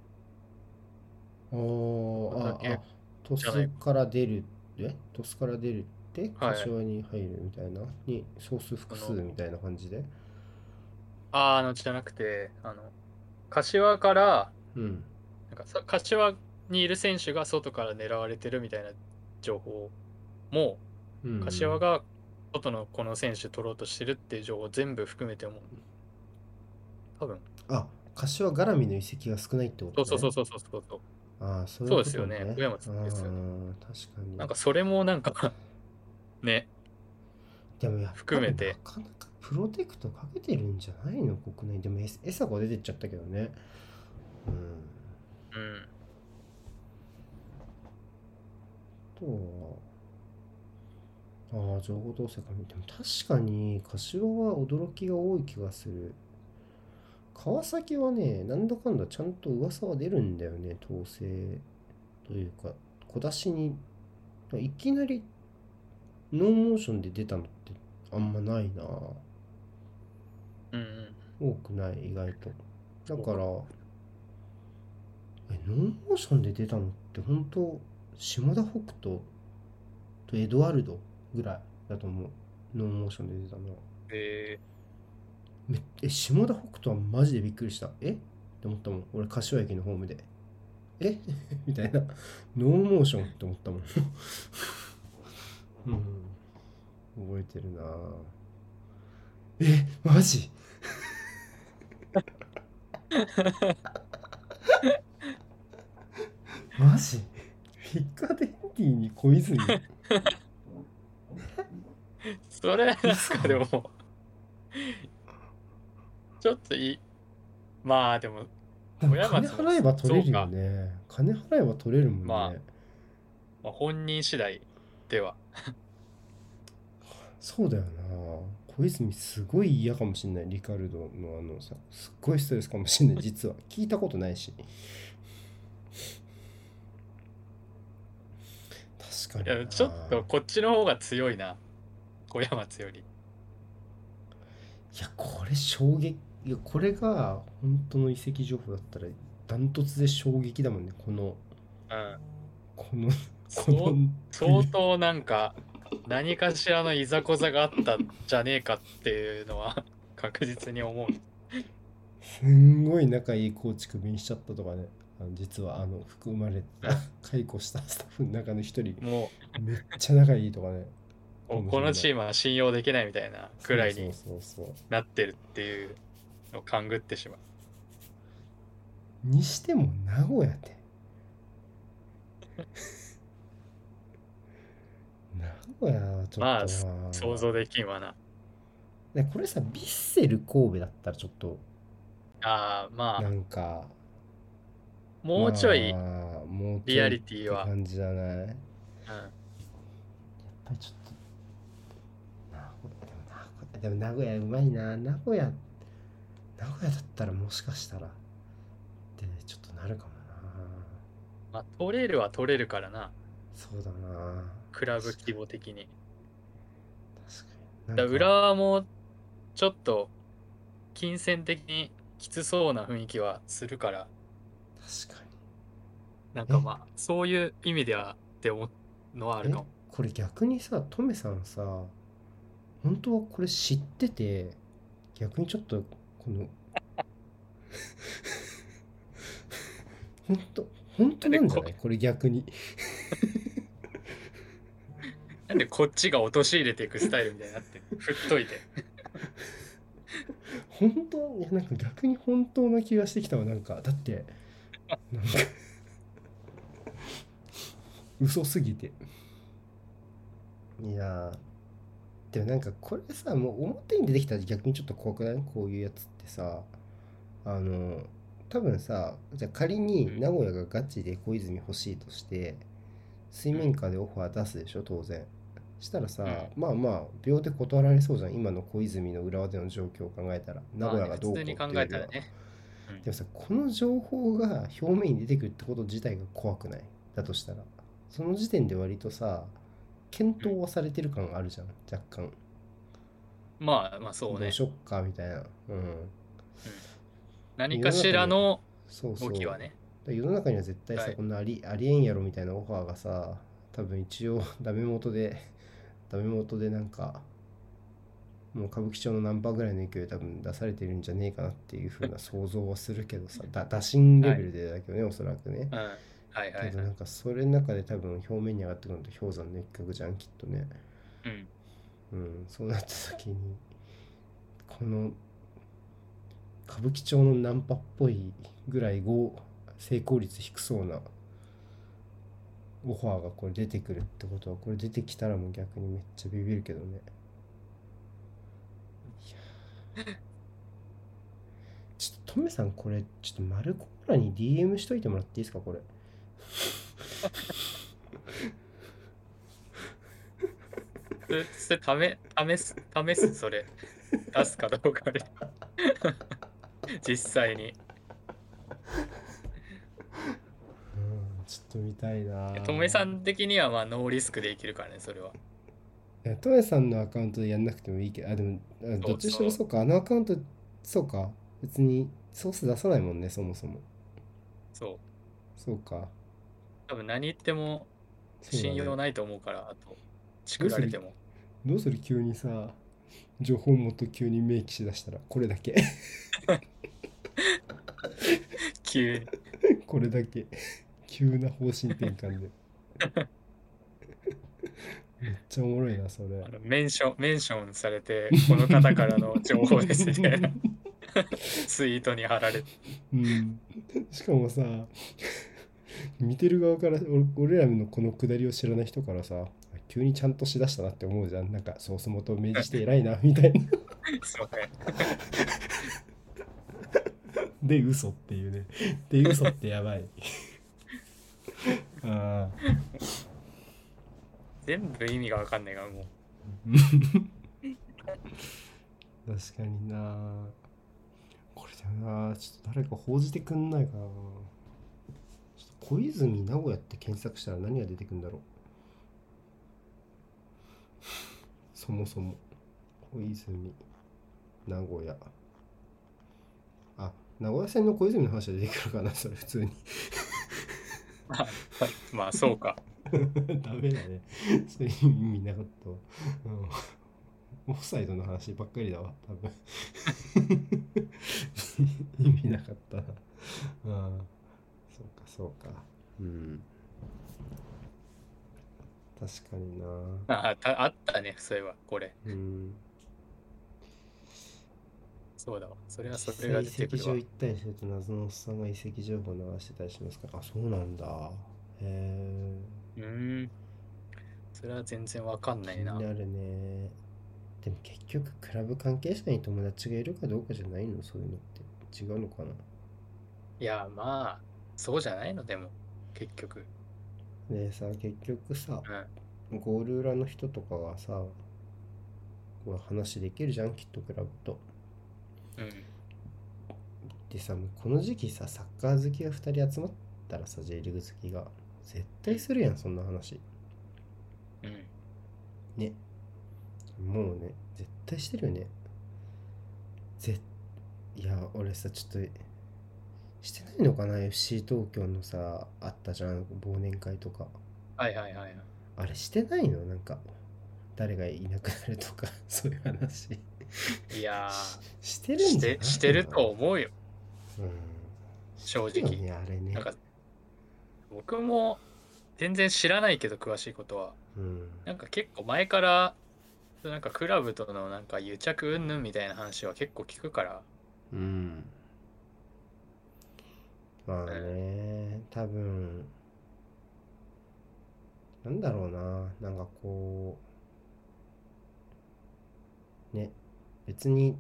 おーああこれだけトスじゃないかから出るえトスから出るってな。はい。 柏に入るみたいなにソース複数その、 みたいな感じであーあの、じゃなくて、あの、柏から、 うんなんかさ、柏にいる選手が外から狙われてるみたいな情報も、 うんうん柏が外のこの選手取ろうとしてるっていう情報全部含めても、多分、 あ柏絡みの遺跡が少ないってことね。 そうそうそうそうそうそう。 ああそういうこそうですよね。 とね。 小山あですよね。 あ確かに。 なんかそれもなんかね、 でもやっぱりな含めて、 かなかプロテクトかけてるんじゃないの国内でもエエサゴ出てっちゃったけどね。うんうん。 とは、ああ、情報統制か見ても、確かに柏は驚きが多い気がする。川崎はね、なんだかんだちゃんと噂は出るんだよね、統制というか、小出しに、いきなりノーモーションで出たのってあんまないな。 うんうん。 多くない、意外と。だそうか。 から、え、ノーモーションで出たのって本当、下田北斗とエドワルドぐらいだと思う。ノーモーションで出たのは。 えめえ、下田北斗はマジでびっくりした。えって思ったもん。俺、柏駅のホームで。えみたいな。ノーモーションって思ったもん。うん。覚えてるな。え、マジー、 マジピカデンディに小泉？ それなん嘘？ かでも、ちょっといい。まあでも、 でも親松も金払えば取れるよそうか。 ね。金払えば取れるもんまあ、 ね。 まあ、本人次第では。 そうだよな。小泉すごい嫌かもしんない。リカルドのあのさ、すっごいストレスかもしんない。実は。聞いたことないし。確かにいや、ちょっな。 とこっちの方が強いな。親松より。 いや、これ衝撃。いや、これが本当の遺跡情報だったら、ダントツで衝撃だもんね。この、 うん。 この、こそう、 の冬。 相当なんか、何かしらのいざこざがあったんじゃねえかっていうのは確実に思う。 すんごい仲いいコーチクビにしちゃったとかね。あの実はあの含まれたうん解雇したスタッフの中の一人もめっちゃ仲いいとかね。かう、 もしんない。 このチームは信用できないみたいなくそうそうらいにそうそう。 なってるっていうのを勘ぐってしまう。 にしても名古屋って名古屋はちょっまあ、 とす想な。 像できんわな。 でこれさ、ヴィッセル神戸だったらちょっとああ、まなあ、 んか、 もまうちょいあもうちリアょいっリティは、 て感じじゃない？やっうん、 ぱりちょっと名古屋でも名古屋でも名古屋うまいな。名古屋名古屋だったらもしかしたらってちょっとなるかもな。 まあ、取れるは取れるからな。 そうだな。 クラブ規確かに。 模的に。 確かに。なだんか、 浦和もちょっと金銭的にきつそうな雰囲気はするから、 確かなんに。え、 かまあ、そういう意味ではって思うのはあるかえ、 も。 これ逆にさ、トメさんさ、本当はこれ知ってて、逆にちょっと、この、本当、本当なんじゃなんでこ、 ないこれ逆に。 なんでこっちが陥れていくスタイルみたいになってんの振っといて。 本当、いや、なんか逆に本当な気がしてきたわ。なんか、だって、なんか、嘘すぎて。いやー、でもなんかこれさ、もう表に出てきたら逆にちょっと怖くない？こういうやつってさ、あの、多分さ、じゃあ仮にうん、 名古屋がガチで小泉欲しいとして、水うん、 面下でオファー出すでしょ、当然。したらさ、 うん。 まあまあ、秒で断られそうじゃん。今の小泉の浦和での状況を考えたら。名まあね、 古屋がどう普通に考こうっていうよりは。 えたらね。うん。 でもさ、この情報が表面に出てくるってこと自体が怖くない？だとしたら。その時点で割とさ、検うん。 討はされてる感があるじゃん、若干。 まあまあそうね。 どうしよっか、みたいな。うん。 うん。何世かしの中には、 らのそうそう。 動きはね。 世の中には絶対さ、 はい。 こんなあり、ありえんやろみたいなオファーがさ、多分一応ダメ元で、ダメ元でなんか、もう歌舞伎町の何パーぐらいの勢いで多分出されてるんじゃねえかなっていう風な想像はするけどさ、だ打診レはい。 ベルでだけどね、おそらくね。 うん。はいはいはい。 けどなんかそれの中で多分表面に上がってくるのと氷山の一角じゃん、きっとね。 うん。 うん、そうなった時に、この歌舞伎町のナンパっぽいぐらいご成功率低そうなオファーがこれ出てくるってことは、これ出てきたらもう逆にめっちゃビビるけどね。ちょっとトメさん、これちょっとマルコーラに ディーエム しといてもらっていいですか、これ。 それ、それ試、試す、試す、それ。出すかどうかで。実際に。 うん、ちょっと見たいな。 ともえさん的にはまあノーリスクでいけるからね、それは。 いやトエさんのアカウントでやんなくてもいいけど、あでもあどっちにしろそうそう。 そうか、あのアカウント、そうか、別にソース出さないもんね、そもそも。 そう。 そうか。 多分何言ってもそうだね。 信用ないと思うから、あと、チどうするクられても。 どうする急にさ、情報元急に明記しだしたら、これだけ急に。 これだけ急な方針転換で。めっちゃおもろいな、それ。 あのメンション、メンションされて、この方からの情報ですみたいなツイートに貼られて。 うん。しかもさ、見てる側から俺俺らのこのくだりを知らない人からさ、急にちゃんとしだしたなって思うじゃん。なんかソース元を明示して偉いなみたいな。 そうね。 で嘘っていうね。で嘘ってやばい。ああ。 全部意味がわかんないから、も確かにな。これだよな。ちょっと誰か報じてくんないかな。ちょっと小泉名古屋って検索したら何が出てくるんだろう。そもそも小泉名古屋、あ、名古屋線の小泉の話が出てくるかな、それ普通に。 う。まあ、まあ、そうか。 ダメだね。それ意味なかったわ。うん、オフサイドの話ばっかりだわ、多分。意味なかったな。ああ、そうかそうか。うん。確かにな。 あ、たあったね、そういえば、これ。 うん。 そうだわ。それはそれが実際遺出てくるわ。 跡上行ったりすると謎のおっさんが遺跡情報を流してたりしますか。あ、そうなんだ。へえ。 うーん。それは全然わかんないな。 気になるね。でも結局クラブ関係者に友達がいるかどうかじゃないの、そういうのって違うのかな。 いや、まあ、そうじゃないの、でも、結局。 でさ、結局さ、 うん。 ゴール裏の人とかがさ、こう話できるじゃん、きっとクラブと。 うん。 でさ、もうこの時期さ、サッカー好きがふたり集まったらさ、 J リーグ好きが絶うん。 対するやん、そんな話。 うん。 ね。もうね、絶対してるよね。ぜいや俺さ、ちょっとしてないのかな、 エフシー 東京のさ、あったじゃん、忘年会とか。 はいはいはいはい。 あれしてないの、なんか誰がいなくなるとかそういう話しいやしてー、しるんじゃて、してるないの。 と思うよ、 うん、し正直。 てるよね、あれね。 なんか、僕も全然知らないけど、詳しいことは。 うん。 なんか結構前から、なんかクラブとのなんか癒着云々みたいな話は結構聞くから。 うん。まあうん。 ね、多分なんだろうな、なんかこうね、別に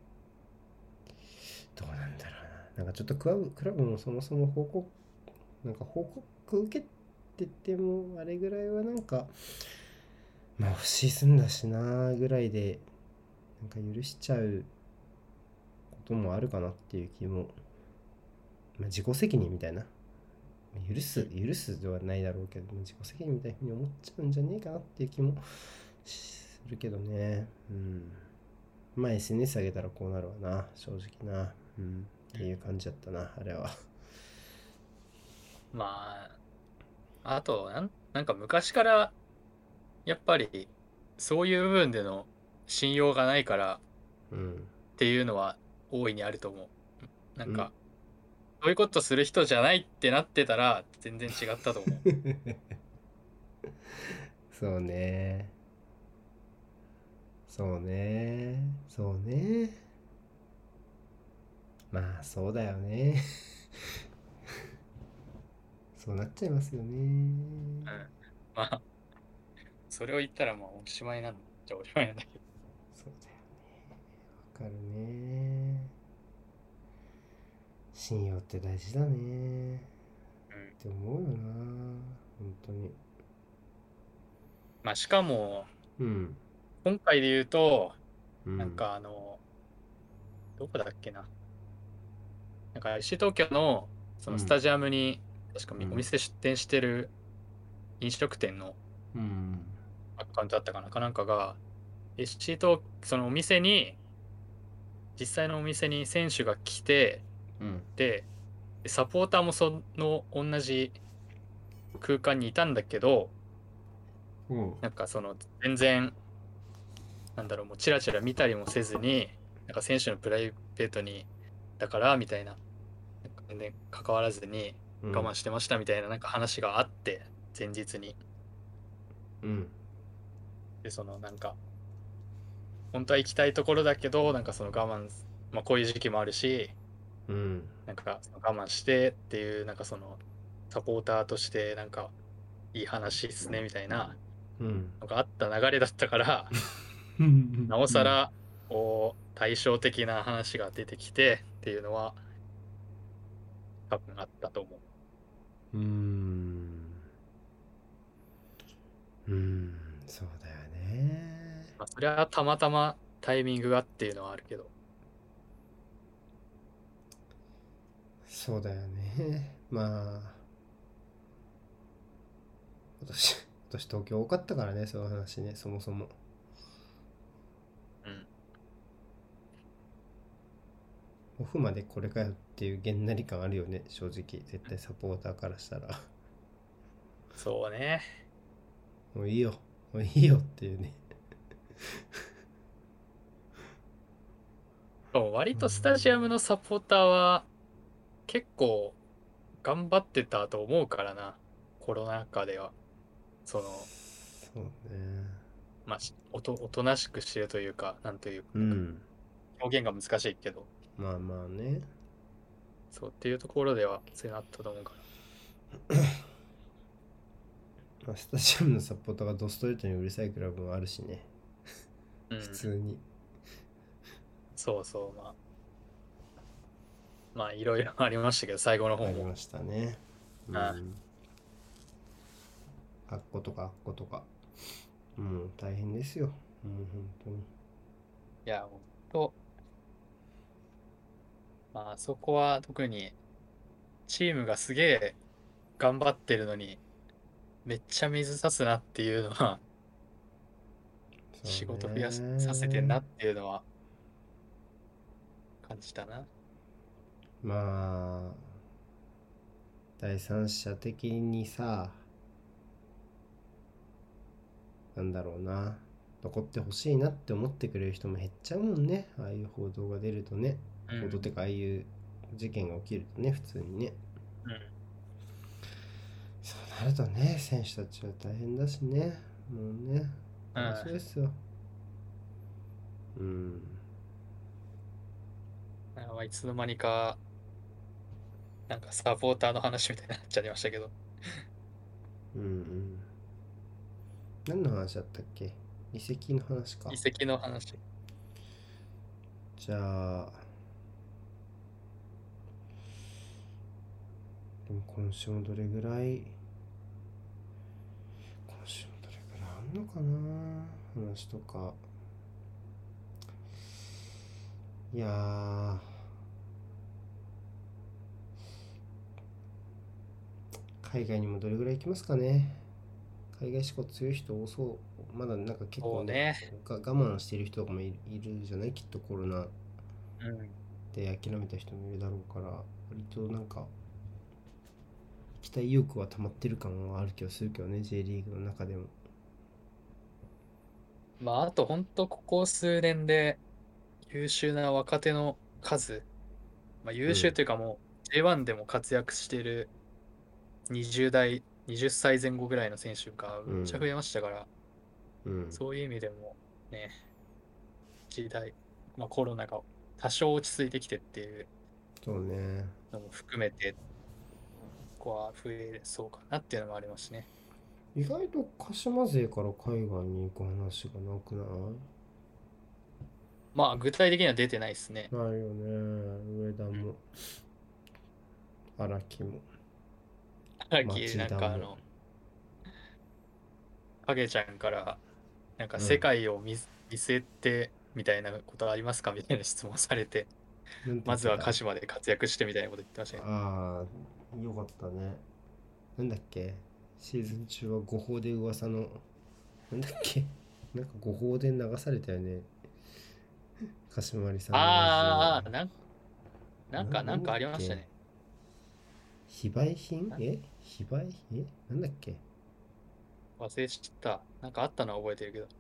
どうなんだろうな、なんかちょっとクラブクラブもそもそも報告なんか報告受けててもあれぐらいはなんか、まあ不死すんだしなぐらいでなんか許しちゃうこともあるかなっていう気も、まあ、自己責任みたいな、許すうん。 許すではないだろうけど自己責任みたいなふうに思っちゃうんじゃねえかなっていう気もするけどね。うん。まあ エスエヌエス 上げたらこうなるわな、正直な。うんっていう感じだったな、あれは。 まあ、あと、なん、なんか昔からやっぱりそういう部分での信用がないからっうんていうのは大いにあると思う。なんうんか、そういうことする人じゃないってなってたら全然違ったと思う。 そうね、そうね、そうね、まあそうだよね。そうなっちゃいますよね。 うん。まあ、それを言ったらもうおしまいなんじゃおしまいなんだけど。 そうだよ、わかるね。信用って大事だねうん。 って思うよな、本当に。 まあ、しかも、 うん今回で言うと、 うんなんかあの、どこだっけな。なんか エフシー 東京のそのスタうんジアムに、確かうんお店出店してる飲食店のうんアカウントだったかな、かなんかが、エフシー 東、そのお店に、実際のお店に選手が来て、 うんで、でサポーターもその同じ空間にいたんだけど、 うんなんかその全然、なんだろう、もうチラチラ見たりもせずに、なんか選手のプライベートに、だからみたいな、なんか全然関わらずにうん我慢してましたみたいななんか話があって、前日に。 うんで、そのなんか、本当は行きたいところだけど、なんかその我慢、まあこういう時期もあるし、 うんなんかその我慢してっていう、なんかそのサポーターとしてなんかいい話っすねみたいなうんのがあった流れだったから、 うんなおさら、こう、対照的な話が出てきてっていうのは多分あったと思う。 うんうんそうだよね。 まあ、それはたまたまタイミングがっていうのはあるけど。 そうだよね。まあ今年今年東京多かったからね、そういう話ね、そもそも。 うん。 オフまでこれかよっていうげんなり感あるよね、正直。絶対サポーターからしたらそうね。 もういいよもういいよっていうね。 でも割とスタジアムのサポーターは結構頑張ってたと思うからな。コロナ禍では。その、 そうね。 まあ、しおと、おとなしくしてるというか、なんというか、 うん表現が難しいけど、 まあまあね。 そうっていうところではそういうのあったと思うかまあ、スタジアムのサポーターがドストレートにうるさいクラブもあるしね、 ら。うん。 普通に。 そうそう、まあ、まあいろいろありましたけど、最後の方も。 ありましたね。うあん。あっことかあっことか。もう大変ですよ。もう本当に。 いや、ほんと、まあそこは特にチームがすげえ頑張ってるのに、めっちゃ水差すなっていうのは、 そう仕事増やさせてんなね。 っていうのは感じたな。 まあ、第三者的にさ、なんだろうな。残ってほしいなって思ってくれる人も減っちゃうもんね。ああいう報道が出るとね。 うん。 報道ってか、ああいう事件が起きるとね、普通にね。 うん。 そうなるとね、選手たちは大変だしね。もうね、かわいそううん。 ですよ。うん。 なんかまあいつの間にか、なんかサポーターの話みたいになっちゃいましたけど、 うんうん。何の話だったっけ？遺跡の話か。 移籍の話。 じゃあ、でも今週もどれぐらい、今週もどれぐらいあんのかな話とか。いやー、海外にもどれぐらい行きますかね。海外志向強い人多そう。まだなんか結構ね、 そうね。 が我慢している人とかもいいるじゃない、きっとコロナうん。 で諦めた人もいるだろうから、割となんか期待意欲は溜まってる感はある気がするけどね、 J リーグの中でも。 まああと本当ここ数年で優秀な若手の数、まあ優秀うんというかもう ジェイワン でも活躍しているにじゅう代、はたち前後ぐらいの選手がうん。 めっちゃ増えましたから、 うんそういう意味でもね、時代、まあコロナが多少落ち着いてきてっていうそうね。 のも含めて、ここは増えそうかなっていうのもありますね。 意外と鹿島勢から海外に行く話がなくない？ まあ具体的には出てないですね。 ないよね。上田うん。 も荒木もさっきなん町田も。 かあの、影ちゃんから、 なんか世うん。 界を見見据えてみたいなことありますかみたいな質問されて、 なんて言まずはってた？ 鹿島で活躍してみたいなこと言ってましたけど。 ああ、よかったね。なんだっけ、シーズン中は誤報で噂の、なんだっけ、なんか誤報で流されたよね。鹿島有さんのラジオ。 ああ、なんなんな、 か、なんかなんだっけ、 ありましたね。 非売品、 なえ非売えなんだっけ、 忘れちゃった。なんかあったのは覚えてるけど。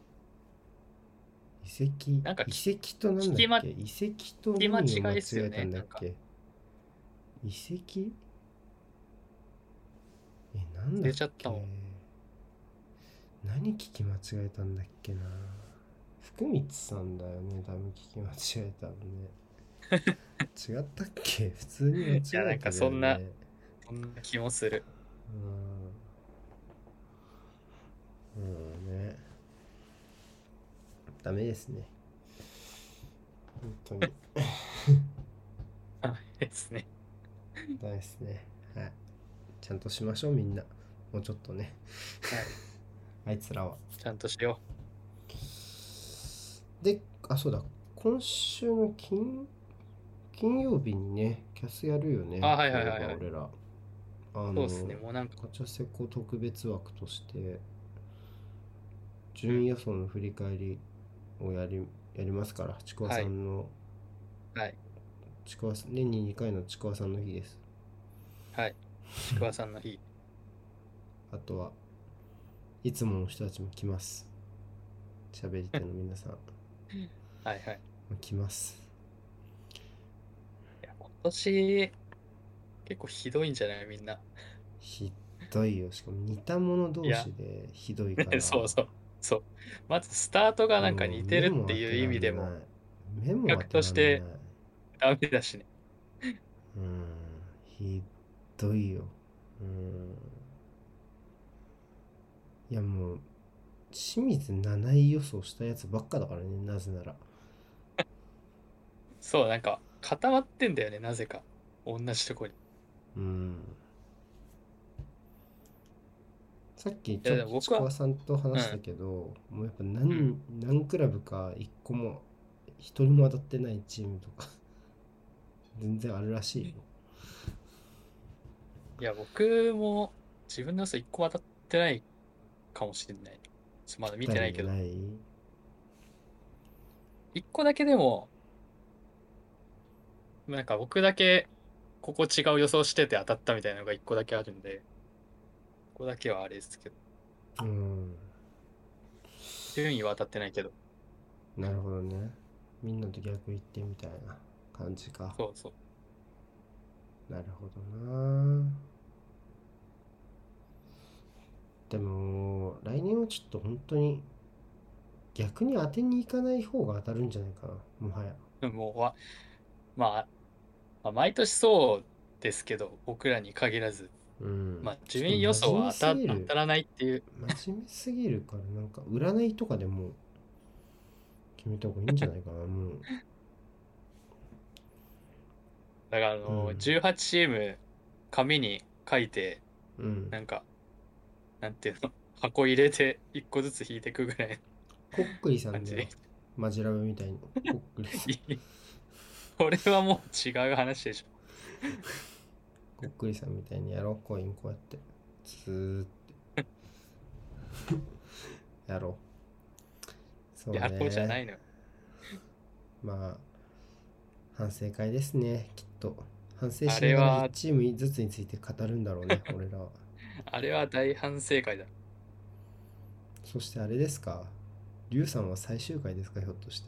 遺跡なんかき遺跡となん聞きま、聞だっけ、遺跡とき間何を間違違いっすよえたんね。なんか、 だっけ、遺跡、えなんだっ忘れちゃったもけ、 ん。 何聞き間違えたんだっけな。福光さんだよね、多分聞き間違えたのね。違ったっけ、普通に間違いや、なんかえてたよそんな、 ね。 そんな気もする。 うんうんね、ダメですね、本当に。 あですね。 ダメですね。はい、ちゃんとしましょうみんな、もうちょっとね、 はい。 あいつらは。 ちゃんとしよで、あ、そうだ、今週の金金曜日にねキャスやるよう。あ、 ね、 はいそういえはいはいはい。 ば俺ら、あのそうですね。もうなんか、 ガチャセコ特別枠としてうん。 順位予想の振り返りをやりやりますから、ちくわはい。 さんの、 はい。 ちくわ年ににかいのちくわさんの日です。 はい。ちくわさんの日。 あとはいつもの人たちも来ます。喋り手の皆さんはいはい。 来ます。 いや、今年、結構ひどいんじゃないみんな。 ひどいよ、しかも似た者同いや、 士でひどいから、 そうそう。そう。まずスタートがなんかもう似て目もるっていう当てら意味でも、 んない、目も当比較てらんない。 としてダメだしね。 うん、ひどいよ。うん、いやもう清水なない予想したやつばっかだからね、なぜなら。 そう、なんか固まってんだよね、なぜか。同じとこに。 うん、さっきいや、 ちょっとでも僕は、 ちくわさんと話したうん、 けど、もうやっぱうん。 何何クラブか一個も一人も当たってないチームとか全然あるらしいよ。 いや、僕も自分の予想一個当たってないかもしれない。ちょまだ見ぴったりてないけど。 ない。 一個だけでも、なんか僕だけ、ここ違う予想してて当たったみたいなのが一個だけあるんで、ここだけはあれですけど。 うん、 順位は当たってないけど。 なるほどね。みんなと逆言ってみたいな感じか。 そうそう。 なるほどな。でも来年はちょっと本当に逆に当てに行かない方が当たるんじゃないかな、もはや。 もうわ、まあ、まあ、毎年そうですけど、僕らに限らず、 うん、 まあ、 ちょっと順位予想真面目は当た、 すぎる。 当たらないっていう、 真面目すぎるから、なんか占いとかでも決めた方がいいんじゃないかな、もう。 だからあの、 うんじゅうはちチーム紙に書いて、 うん。 なんか、なんていうの、箱入れて一個ずつ引いていくぐらいのこっくりさんだよ、 感じで。 マジラブみたいに。こっくりさん。 いこれはもう違う話でしょ。 こっくりさんみたいにやろう、コインこうやってずーっとやろう。そうやろうじゃなね。 いのよ。 まあ反省会ですね、きっと。反省あしながらいちれは、 チームずつについて語るんだろうね、俺らは。 あれは大反省会だ。 そしてあれですか、リュウさんは最終回ですか、ひょっとして。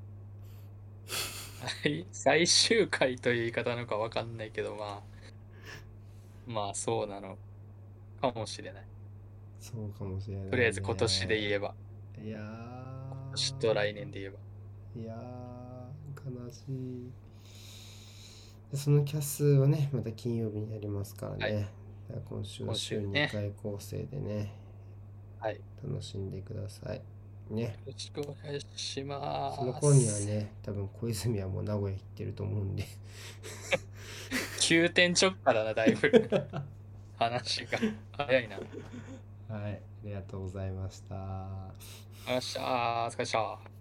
最最終回という言い方なのかわかんないけど、まあ、まあそうなのかもしれない。 そうかもしれないとりあえず今年でね。 言えば、 いや今年と来年で言えば。 ーいやー悲しい。でそのキャスはね、また金曜日にやりますからはい。 ね。だから今週は今週週ね。 にかい構成でね、 はい。よ楽しんでください。ね。 ろしくお願いしそのます。 頃にはね、多分小泉はもう名古屋行ってると思うんで。 急転直下だな、だいぶ。話が。早いな。 はい、ありがとうございました。 あっしゃー、お疲れっした。